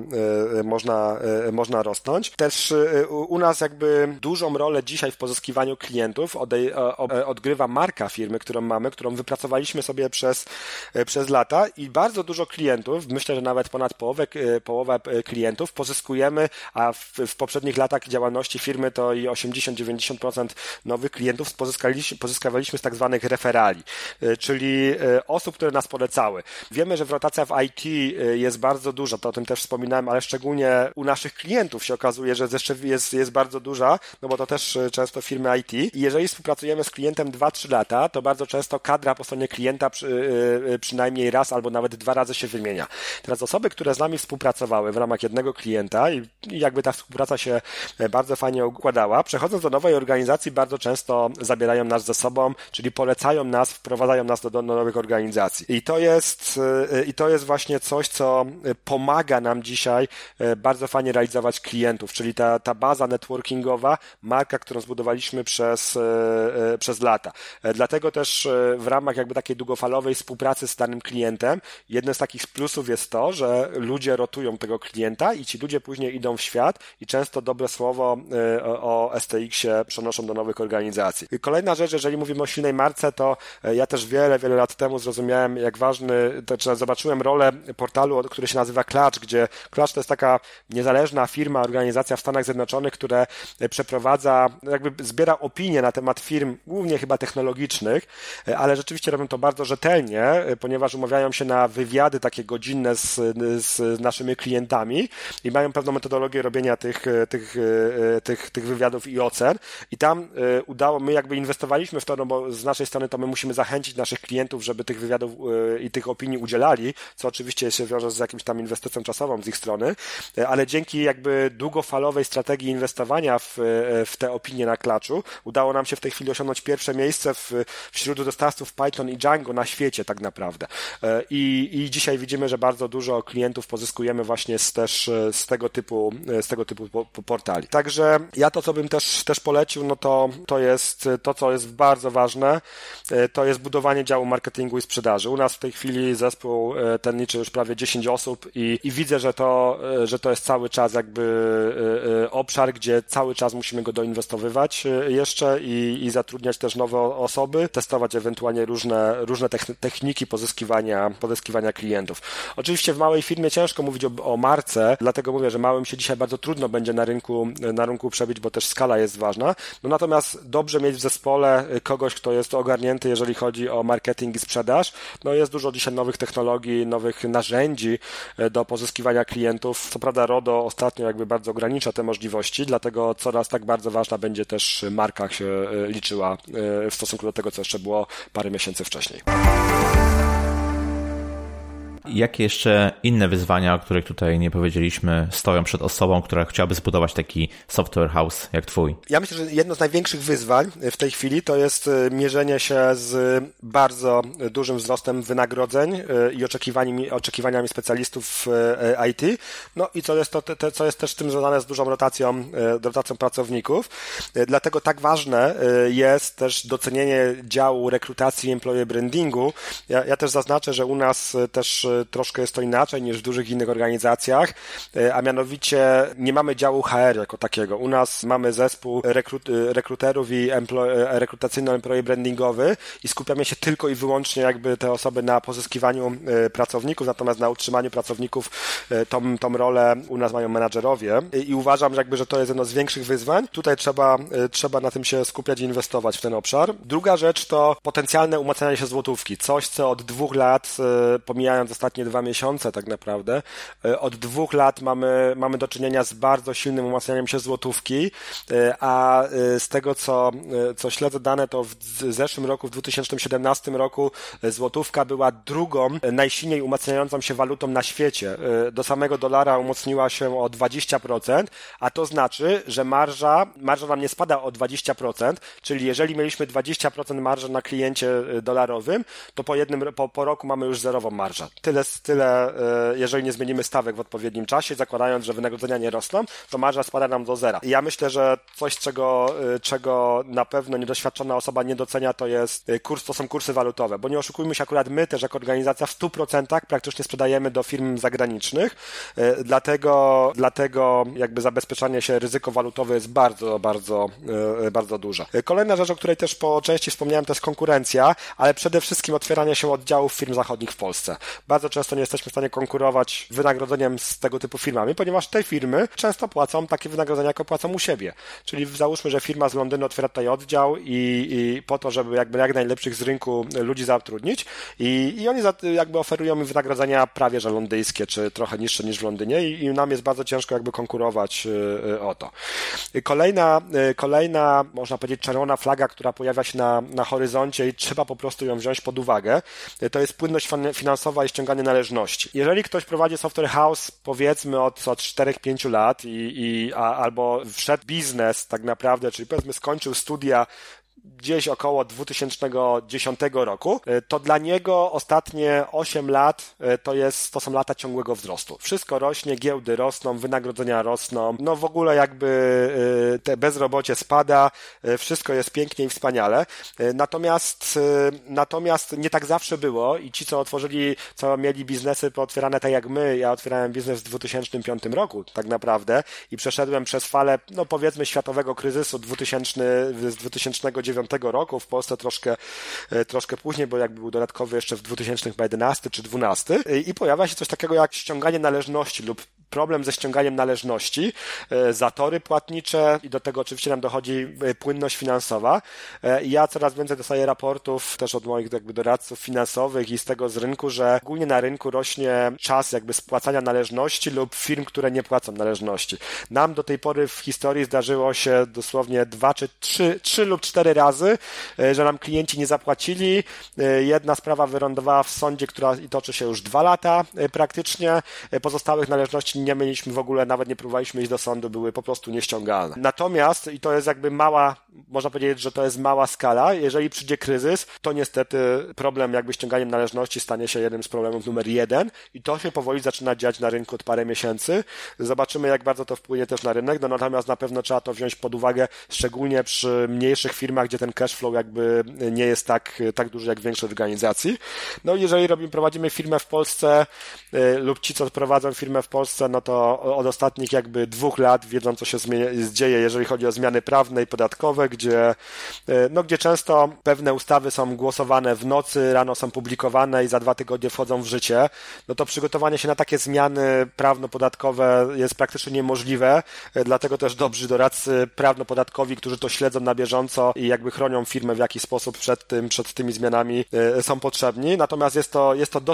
można rosnąć. Też u nas jakby dużą rolę dzisiaj w pozyskiwaniu klientów odgrywa marka firmy, którą mamy, którą wypracowaliśmy sobie przez lata i bardzo dużo klientów, myślę, że nawet ponad połowę klientów pozyskujemy, a w poprzednich latach działalności firmy to i 80-90% nowych klientów pozyskawaliśmy z tak zwanych referali, czyli osób, które nas polecały. Wiemy, że rotacja w IT jest bardzo duża, to o tym też wspominałem, ale szczególnie u naszych klientów się okazuje, że jeszcze jest bardzo duża, no bo to też często firmy IT i jeżeli współpracujemy z klientem 2-3 lata, to bardzo często kadra po stronie klienta przynajmniej raz albo nawet 2 razy się wymienia. Teraz osoby, które z nami współpracowały w ramach jednego klienta i jakby ta współpraca się bardzo fajnie układała, przechodząc do nowej organizacji bardzo często zabierają nas ze sobą, czyli polecają nas, wprowadzają nas do nowych organizacji. I to jest właśnie coś, co pomaga nam dzisiaj bardzo fajnie realizować klientów, czyli ta baza networkingowa, marka, którą zbudowaliśmy przez lata. Dlatego też w ramach jakby takiej długofalowej współpracy z danym klientem, jednym z takich plusów jest to, że ludzie rotują tego klienta i ci ludzie później idą w świat i często dobre słowo o STX-ie przenoszą do nowych organizacji. I kolejna rzecz, jeżeli mówimy o silnej marce, to ja też wiele lat temu zrozumiałem, jak ważny, zobaczyłem rolę portalu, który się nazywa Clutch, gdzie Clutch to jest taka niezależna firma, organizacja w Stanach Zjednoczonych, które przeprowadza, jakby zbiera opinie na temat firm, głównie chyba technologicznych, ale rzeczywiście robią to bardzo rzetelnie, ponieważ umawiają się na wywiady takie godzinne z naszymi klientami i mają pewną metodologię robienia tych wywiadów i ocen. I tam my jakby inwestowaliśmy w to, no bo z naszej strony to my musimy zachęcić naszych klientów, żeby tych wywiadów i tych opinii udzielali, co oczywiście się wiąże z jakimś tam inwestycją czasową z ich strony, ale dzięki jakby długofalowej strategii inwestowania w te opinie na klaczu udało nam się w tej chwili osiągnąć pierwsze miejsce wśród dostawców Python i Django na świecie tak naprawdę. I dzisiaj widzimy, że bardzo dużo klientów pozyskujemy właśnie z tego typu portali. Także ja to, co bym też polecił, no to jest to, co jest bardzo ważne, to jest budowanie działu marketingu i sprzedaży. U nas w tej chwili zespół ten liczy już prawie 10 osób i widzę, że to jest cały czas jakby obszar, gdzie cały czas musimy go doinwestowywać jeszcze i zatrudniać też nowe osoby, testować ewentualnie różne techniki pozyskiwania klientów. Oczywiście w małej firmie ciężko mówić o marce, dlatego mówię, że małym się dzisiaj bardzo trudno będzie na rynku przebić, bo też skala jest ważna. No natomiast dobrze mieć w zespole kogoś, kto jest ogarnięty, jeżeli chodzi o marketing i sprzedaż. No jest dużo dzisiaj nowych technologii, nowych narzędzi do pozyskiwania klientów. Co prawda RODO ostatnio jakby bardzo ogranicza te możliwości, dlatego coraz tak bardzo ważna będzie też marka się liczyła w stosunku do tego, co jeszcze było parę miesięcy wcześniej. Jakie jeszcze inne wyzwania, o których tutaj nie powiedzieliśmy, stoją przed osobą, która chciałaby zbudować taki software house jak twój? Ja myślę, że jedno z największych wyzwań w tej chwili to jest mierzenie się z bardzo dużym wzrostem wynagrodzeń i oczekiwaniami specjalistów IT. No i co jest też z tym związane z dużą rotacją pracowników. Dlatego tak ważne jest też docenienie działu rekrutacji i employee brandingu. Ja też zaznaczę, że u nas też troszkę jest to inaczej niż w dużych innych organizacjach, a mianowicie nie mamy działu HR jako takiego. U nas mamy zespół rekruterów i rekrutacyjno-employee brandingowy i skupiamy się tylko i wyłącznie jakby te osoby na pozyskiwaniu pracowników, natomiast na utrzymaniu pracowników tą rolę u nas mają menadżerowie i uważam, że to jest jedno z większych wyzwań. Tutaj trzeba na tym się skupiać i inwestować w ten obszar. Druga rzecz to potencjalne umacnianie się złotówki. Coś, co od 2 lat, pomijając ostatnie 2 miesiące tak naprawdę, od 2 lat mamy do czynienia z bardzo silnym umacnianiem się złotówki, a z tego, co śledzę dane, to w zeszłym roku, w 2017 roku złotówka była drugą najsilniej umacniającą się walutą na świecie. Do samego dolara umocniła się o 20%, a to znaczy, że marża nam nie spada o 20%, czyli jeżeli mieliśmy 20% marży na kliencie dolarowym, to po roku mamy już zerową marżę. Tyle, jeżeli nie zmienimy stawek w odpowiednim czasie, zakładając, że wynagrodzenia nie rosną, to marża spada nam do zera. I ja myślę, że coś, czego na pewno niedoświadczona osoba nie docenia, to są kursy walutowe, bo nie oszukujmy się, akurat my też jako organizacja w 100% praktycznie sprzedajemy do firm zagranicznych, dlatego jakby zabezpieczanie się ryzyko walutowe jest bardzo, bardzo, bardzo duże. Kolejna rzecz, o której też po części wspomniałem, to jest konkurencja, ale przede wszystkim otwieranie się oddziałów firm zachodnich w Polsce. Bardzo często nie jesteśmy w stanie konkurować wynagrodzeniem z tego typu firmami, ponieważ te firmy często płacą takie wynagrodzenia, jakie płacą u siebie. Czyli załóżmy, że firma z Londynu otwiera tutaj oddział i po to, żeby jakby jak najlepszych z rynku ludzi zatrudnić i oni jakby oferują im wynagrodzenia prawie że londyńskie, czy trochę niższe niż w Londynie i nam jest bardzo ciężko jakby konkurować o to. Kolejna, można powiedzieć, czerwona flaga, która pojawia się na horyzoncie i trzeba po prostu ją wziąć pod uwagę, to jest płynność finansowa i ściąganie należności. Jeżeli ktoś prowadzi software house, powiedzmy od 4-5 lat albo wszedł biznes tak naprawdę, czyli powiedzmy skończył studia gdzieś około 2010 roku, to dla niego ostatnie 8 lat to są lata ciągłego wzrostu. Wszystko rośnie, giełdy rosną, wynagrodzenia rosną, no w ogóle jakby te bezrobocie spada, wszystko jest pięknie i wspaniale. Natomiast nie tak zawsze było i ci, co mieli biznesy pootwierane tak jak my, ja otwierałem biznes w 2005 roku tak naprawdę i przeszedłem przez falę, no powiedzmy światowego kryzysu z 2009 2009 roku, w Polsce troszkę później, bo jakby był dodatkowy jeszcze w 2011 czy 2012 i pojawia się coś takiego jak ściąganie należności lub problem ze ściąganiem należności, zatory płatnicze i do tego oczywiście nam dochodzi płynność finansowa. Ja coraz więcej dostaję raportów też od moich jakby doradców finansowych i z tego z rynku, że ogólnie na rynku rośnie czas jakby spłacania należności lub firm, które nie płacą należności. Nam do tej pory w historii zdarzyło się dosłownie 2 czy 3 lub 4 razy, że nam klienci nie zapłacili. Jedna sprawa wylądowała w sądzie, która toczy się już 2 lata praktycznie. Pozostałych należności nie mieliśmy w ogóle, nawet nie próbowaliśmy iść do sądu, były po prostu nieściągalne. Natomiast, i to jest jakby mała, można powiedzieć, że to jest mała skala, jeżeli przyjdzie kryzys, to niestety problem jakby ściąganiem należności stanie się jednym z problemów numer 1 i to się powoli zaczyna dziać na rynku od parę miesięcy. Zobaczymy, jak bardzo to wpłynie też na rynek, natomiast na pewno trzeba to wziąć pod uwagę, szczególnie przy mniejszych firmach, gdzie ten cash flow jakby nie jest tak duży jak w większej organizacji. No i jeżeli prowadzimy firmę w Polsce lub ci, co prowadzą firmę w Polsce, no to od ostatnich jakby 2 lat wiedzą, co się dzieje, jeżeli chodzi o zmiany prawne i podatkowe, gdzie często pewne ustawy są głosowane w nocy, rano są publikowane i za 2 tygodnie wchodzą w życie, no to przygotowanie się na takie zmiany prawno-podatkowe jest praktycznie niemożliwe, dlatego też dobrzy doradcy prawno-podatkowi, którzy to śledzą na bieżąco i jakby chronią firmę w jakiś sposób przed tymi zmianami są potrzebni, natomiast jest to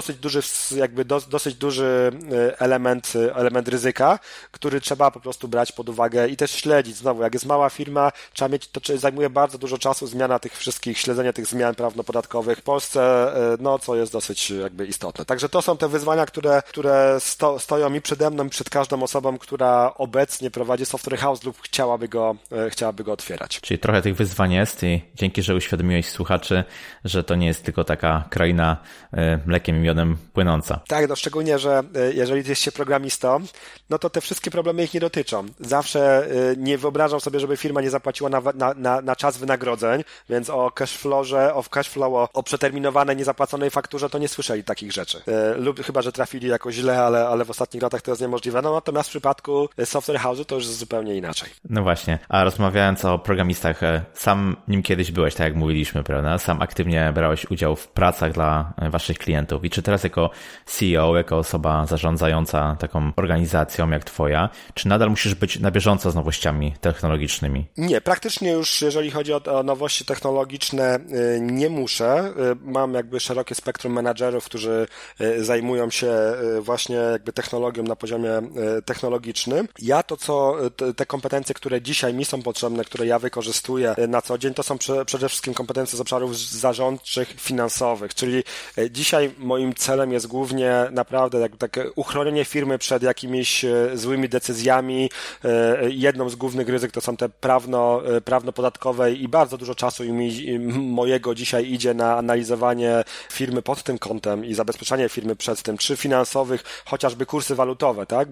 dosyć duży element ryzyka, który trzeba po prostu brać pod uwagę i też śledzić. Znowu, jak jest mała firma, trzeba mieć, to zajmuje bardzo dużo czasu śledzenie tych zmian prawno-podatkowych w Polsce, co jest dosyć jakby istotne. Także to są te wyzwania, które stoją mi przede mną, przed każdą osobą, która obecnie prowadzi software house lub chciałaby go otwierać. Czyli trochę tych wyzwań jest i dzięki, że uświadomiłeś słuchaczy, że to nie jest tylko taka kraina mlekiem i miodem płynąca. Tak, szczególnie, że jeżeli jest się programistą, no to te wszystkie problemy ich nie dotyczą. Zawsze nie wyobrażam sobie, żeby firma nie zapłaciła na czas wynagrodzeń, więc o cashflow, o przeterminowanej, niezapłaconej fakturze to nie słyszeli takich rzeczy. Lub chyba, że trafili jakoś źle, ale w ostatnich latach to jest niemożliwe. No natomiast w przypadku software house'u to już jest zupełnie inaczej. No właśnie, a rozmawiając o programistach, sam nim kiedyś byłeś, tak jak mówiliśmy, prawda? Sam aktywnie brałeś udział w pracach dla waszych klientów i czy teraz jako CEO, jako osoba zarządzająca taką organizacją jak twoja, czy nadal musisz być na bieżąco z nowościami technologicznymi? Nie, praktycznie już jeżeli chodzi o nowości technologiczne nie muszę. Mam jakby szerokie spektrum menadżerów, którzy zajmują się właśnie jakby technologią na poziomie technologicznym. Ja te kompetencje, które dzisiaj mi są potrzebne, które ja wykorzystuję na co dzień, to są przede wszystkim kompetencje z obszarów zarządczych, finansowych, czyli dzisiaj moim celem jest głównie naprawdę takie uchronienie firmy przed jakimiś złymi decyzjami. Jedną z głównych ryzyk to są te prawno-podatkowe i bardzo dużo czasu mojego dzisiaj idzie na analizowanie firmy pod tym kątem i zabezpieczanie firmy przed tym, czy finansowych, chociażby kursy walutowe, tak?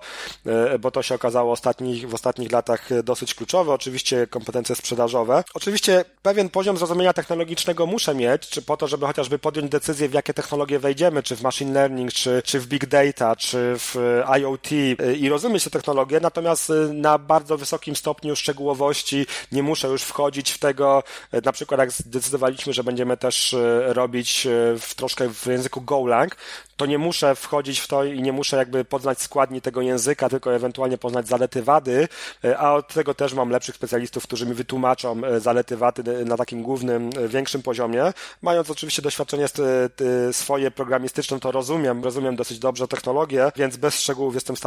Bo to się okazało w ostatnich latach dosyć kluczowe. Oczywiście kompetencje sprzedażowe. Oczywiście pewien poziom zrozumienia technologicznego muszę mieć, czy po to, żeby chociażby podjąć decyzję, w jakie technologie wejdziemy, czy w machine learning, czy w big data, czy w IoT i rozumieć te technologie, natomiast na bardzo wysokim stopniu szczegółowości nie muszę już wchodzić w tego, na przykład jak zdecydowaliśmy, że będziemy też robić troszkę w języku Golang, to nie muszę wchodzić w to i nie muszę jakby poznać składni tego języka, tylko ewentualnie poznać zalety, wady, a od tego też mam lepszych specjalistów, którzy mi wytłumaczą zalety, wady na takim głównym, większym poziomie. Mając oczywiście doświadczenie swoje programistyczne, to rozumiem dosyć dobrze technologię, więc bez szczegółów jestem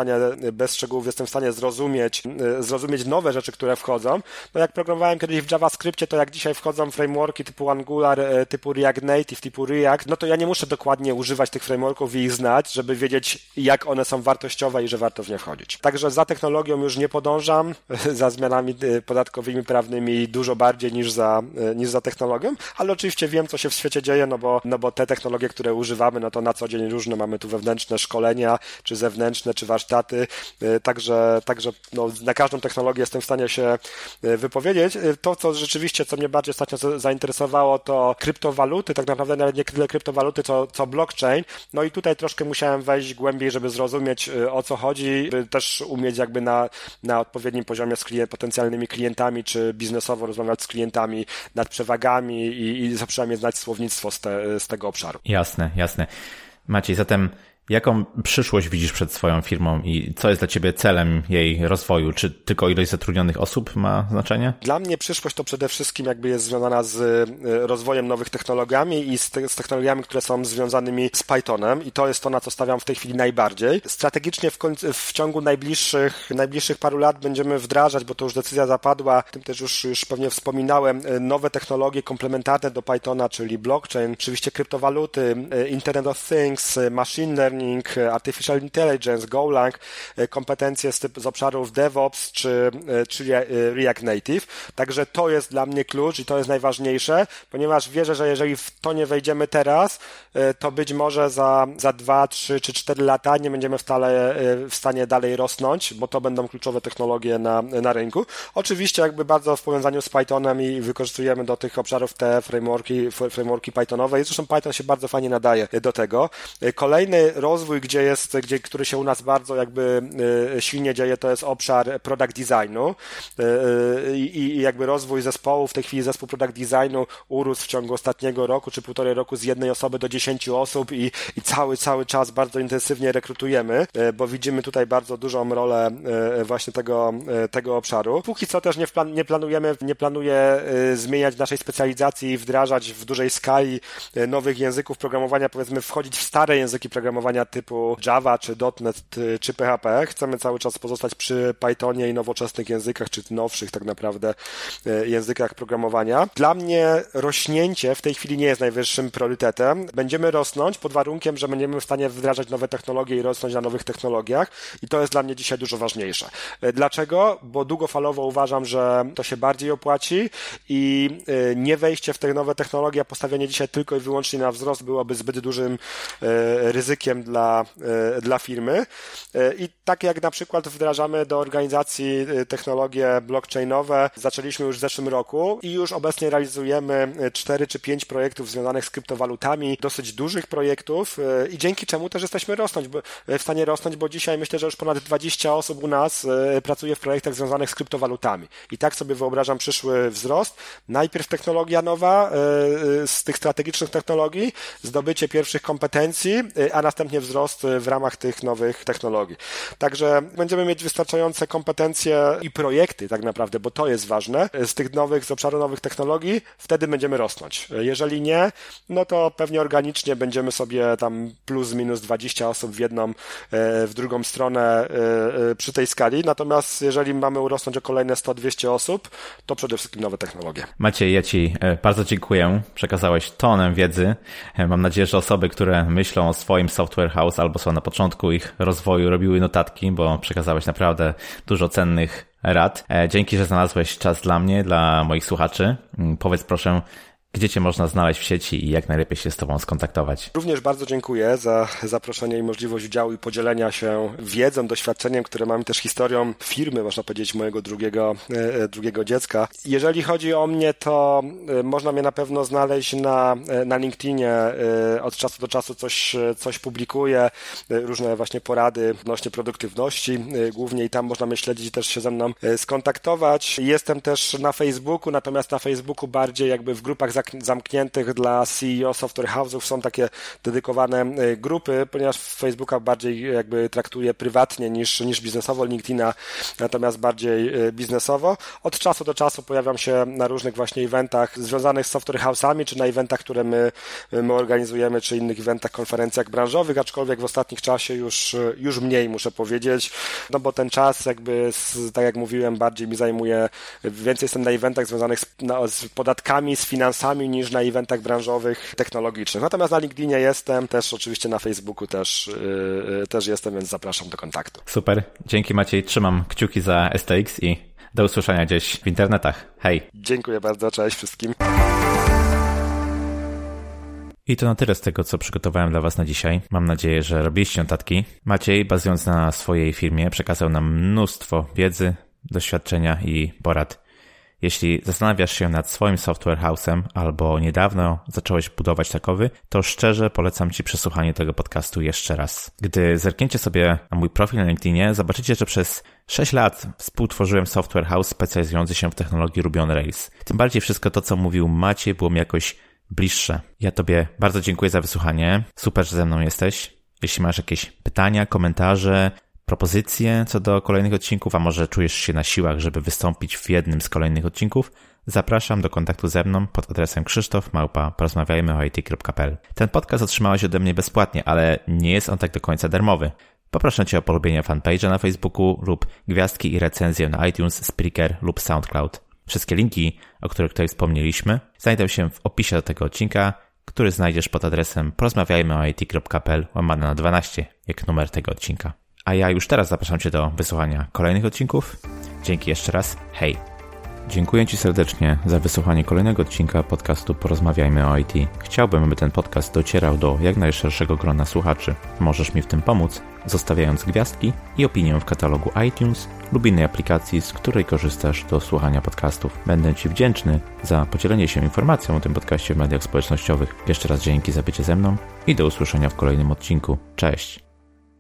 w stanie zrozumieć nowe rzeczy, które wchodzą. No jak programowałem kiedyś w JavaScriptie, to jak dzisiaj wchodzą frameworki typu Angular, typu React Native, typu React, no to ja nie muszę dokładnie używać tych frameworków i ich znać, żeby wiedzieć, jak one są wartościowe i że warto w nie wchodzić. Także za technologią już nie podążam, za zmianami podatkowymi, prawnymi dużo bardziej niż za technologią, ale oczywiście wiem, co się w świecie dzieje, no bo te technologie, które używamy, no to na co dzień różne mamy tu wewnętrzne szkolenia, czy zewnętrzne, czy warsztaty, także no, na każdą technologię jestem w stanie się wypowiedzieć. powiedzieć. To, co mnie bardziej ostatnio zainteresowało, to kryptowaluty, tak naprawdę nawet nie tyle kryptowaluty, co blockchain. No i tutaj troszkę musiałem wejść głębiej, żeby zrozumieć, o co chodzi, by też umieć jakby na odpowiednim poziomie z potencjalnymi klientami, czy biznesowo rozmawiać z klientami nad przewagami i przynajmniej znać słownictwo z tego obszaru. Jasne. Maciej, zatem jaką przyszłość widzisz przed swoją firmą i co jest dla ciebie celem jej rozwoju? Czy tylko ilość zatrudnionych osób ma znaczenie? Dla mnie przyszłość to przede wszystkim jakby jest związana z rozwojem nowych technologiami i z technologiami, które są związanymi z Pythonem i to jest to, na co stawiam w tej chwili najbardziej. Strategicznie w ciągu najbliższych paru lat będziemy wdrażać, bo to już decyzja zapadła, o tym też już pewnie wspominałem, nowe technologie komplementarne do Pythona, czyli blockchain, oczywiście kryptowaluty, Internet of Things, machine learning, artificial intelligence, Golang, kompetencje z obszarów DevOps czy React Native. Także to jest dla mnie klucz i to jest najważniejsze, ponieważ wierzę, że jeżeli w to nie wejdziemy teraz, to być może za 2, 3 czy 4 lata nie będziemy w stanie dalej rosnąć, bo to będą kluczowe technologie na rynku. Oczywiście jakby bardzo w powiązaniu z Pythonem i wykorzystujemy do tych obszarów te frameworki Pythonowe i zresztą Python się bardzo fajnie nadaje do tego. Kolejny rozwój, który się u nas bardzo jakby silnie dzieje, to jest obszar product designu i jakby rozwój zespołu. W tej chwili zespół product designu urósł w ciągu ostatniego roku czy półtorej roku z 1 osoby do 10 osób i cały czas bardzo intensywnie rekrutujemy, bo widzimy tutaj bardzo dużą rolę właśnie tego obszaru. Póki co też nie planuję zmieniać naszej specjalizacji i wdrażać w dużej skali nowych języków programowania, powiedzmy wchodzić w stare języki programowania typu Java, czy .NET, czy PHP. Chcemy cały czas pozostać przy Pythonie i nowoczesnych językach, czy nowszych tak naprawdę językach programowania. Dla mnie rośnięcie w tej chwili nie jest najwyższym priorytetem. Będziemy rosnąć pod warunkiem, że będziemy w stanie wdrażać nowe technologie i rosnąć na nowych technologiach i to jest dla mnie dzisiaj dużo ważniejsze. Dlaczego? Bo długofalowo uważam, że to się bardziej opłaci i nie wejście w te nowe technologie, a postawienie dzisiaj tylko i wyłącznie na wzrost byłoby zbyt dużym ryzykiem dla firmy. I tak jak na przykład wdrażamy do organizacji technologie blockchainowe, zaczęliśmy już w zeszłym roku i już obecnie realizujemy 4 czy 5 projektów związanych z kryptowalutami, dosyć dużych projektów i dzięki czemu też jesteśmy w stanie rosnąć, bo dzisiaj myślę, że już ponad 20 osób u nas pracuje w projektach związanych z kryptowalutami. I tak sobie wyobrażam przyszły wzrost. Najpierw technologia nowa z tych strategicznych technologii, zdobycie pierwszych kompetencji, a następnie wzrost w ramach tych nowych technologii. Także będziemy mieć wystarczające kompetencje i projekty tak naprawdę, bo to jest ważne, z obszaru nowych technologii, wtedy będziemy rosnąć. Jeżeli nie, no to pewnie organicznie będziemy sobie tam plus minus 20 osób w jedną, w drugą stronę przy tej skali, natomiast jeżeli mamy urosnąć o kolejne 100-200 osób, to przede wszystkim nowe technologie. Maciej, ja Ci bardzo dziękuję. Przekazałeś tonę wiedzy. Mam nadzieję, że osoby, które myślą o swoim software house albo są na początku ich rozwoju, robiły notatki, bo przekazałeś naprawdę dużo cennych rad. Dzięki, że znalazłeś czas dla mnie, dla moich słuchaczy. Powiedz proszę, gdzie Cię można znaleźć w sieci i jak najlepiej się z Tobą skontaktować? Również bardzo dziękuję za zaproszenie i możliwość udziału i podzielenia się wiedzą, doświadczeniem, które mam też historią firmy, można powiedzieć, mojego drugiego dziecka. Jeżeli chodzi o mnie, to można mnie na pewno znaleźć na LinkedInie. Od czasu do czasu coś publikuję, różne właśnie porady odnośnie produktywności, głównie i tam można mnie śledzić i też się ze mną skontaktować. Jestem też na Facebooku, natomiast na Facebooku bardziej jakby w grupach zamkniętych dla CEO Software House'ów są takie dedykowane grupy, ponieważ Facebooka bardziej jakby traktuję prywatnie niż biznesowo, LinkedIna natomiast bardziej biznesowo. Od czasu do czasu pojawiam się na różnych właśnie eventach związanych z Software House'ami, czy na eventach, które my organizujemy, czy innych eventach, konferencjach branżowych, aczkolwiek w ostatnim czasie już mniej, muszę powiedzieć, no bo ten czas jakby, tak jak mówiłem, bardziej mi zajmuje, więcej jestem na eventach związanych z podatkami, z finansami, niż na eventach branżowych, technologicznych. Natomiast na LinkedInie jestem, też oczywiście na Facebooku też jestem, więc zapraszam do kontaktu. Super, dzięki Maciej, trzymam kciuki za STX i do usłyszenia gdzieś w internetach. Hej! Dziękuję bardzo, cześć wszystkim. I to na tyle z tego, co przygotowałem dla Was na dzisiaj. Mam nadzieję, że robiliście notatki. Maciej, bazując na swojej firmie, przekazał nam mnóstwo wiedzy, doświadczenia i porad. Jeśli zastanawiasz się nad swoim software house'em albo niedawno zacząłeś budować takowy, to szczerze polecam Ci przesłuchanie tego podcastu jeszcze raz. Gdy zerkniecie sobie na mój profil na LinkedInie, zobaczycie, że przez 6 lat współtworzyłem software house specjalizujący się w technologii Ruby on Rails. Tym bardziej wszystko to, co mówił Maciej, było mi jakoś bliższe. Ja Tobie bardzo dziękuję za wysłuchanie. Super, że ze mną jesteś. Jeśli masz jakieś pytania, komentarze, propozycje co do kolejnych odcinków, a może czujesz się na siłach, żeby wystąpić w jednym z kolejnych odcinków, zapraszam do kontaktu ze mną pod adresem krzysztof@porozmawiajmyoit.pl. Ten podcast otrzymałeś ode mnie bezpłatnie, ale nie jest on tak do końca darmowy. Poproszę Cię o polubienie fanpage'a na Facebooku lub gwiazdki i recenzję na iTunes, Spreaker lub SoundCloud. Wszystkie linki, o których tutaj wspomnieliśmy, znajdą się w opisie do tego odcinka, który znajdziesz pod adresem porozmawiajmyoit.pl/12, jak numer tego odcinka. A ja już teraz zapraszam Cię do wysłuchania kolejnych odcinków. Dzięki jeszcze raz. Hej! Dziękuję Ci serdecznie za wysłuchanie kolejnego odcinka podcastu Porozmawiajmy o IT. Chciałbym, aby ten podcast docierał do jak najszerszego grona słuchaczy. Możesz mi w tym pomóc, zostawiając gwiazdki i opinię w katalogu iTunes lub innej aplikacji, z której korzystasz do słuchania podcastów. Będę Ci wdzięczny za podzielenie się informacją o tym podcaście w mediach społecznościowych. Jeszcze raz dzięki za bycie ze mną i do usłyszenia w kolejnym odcinku. Cześć!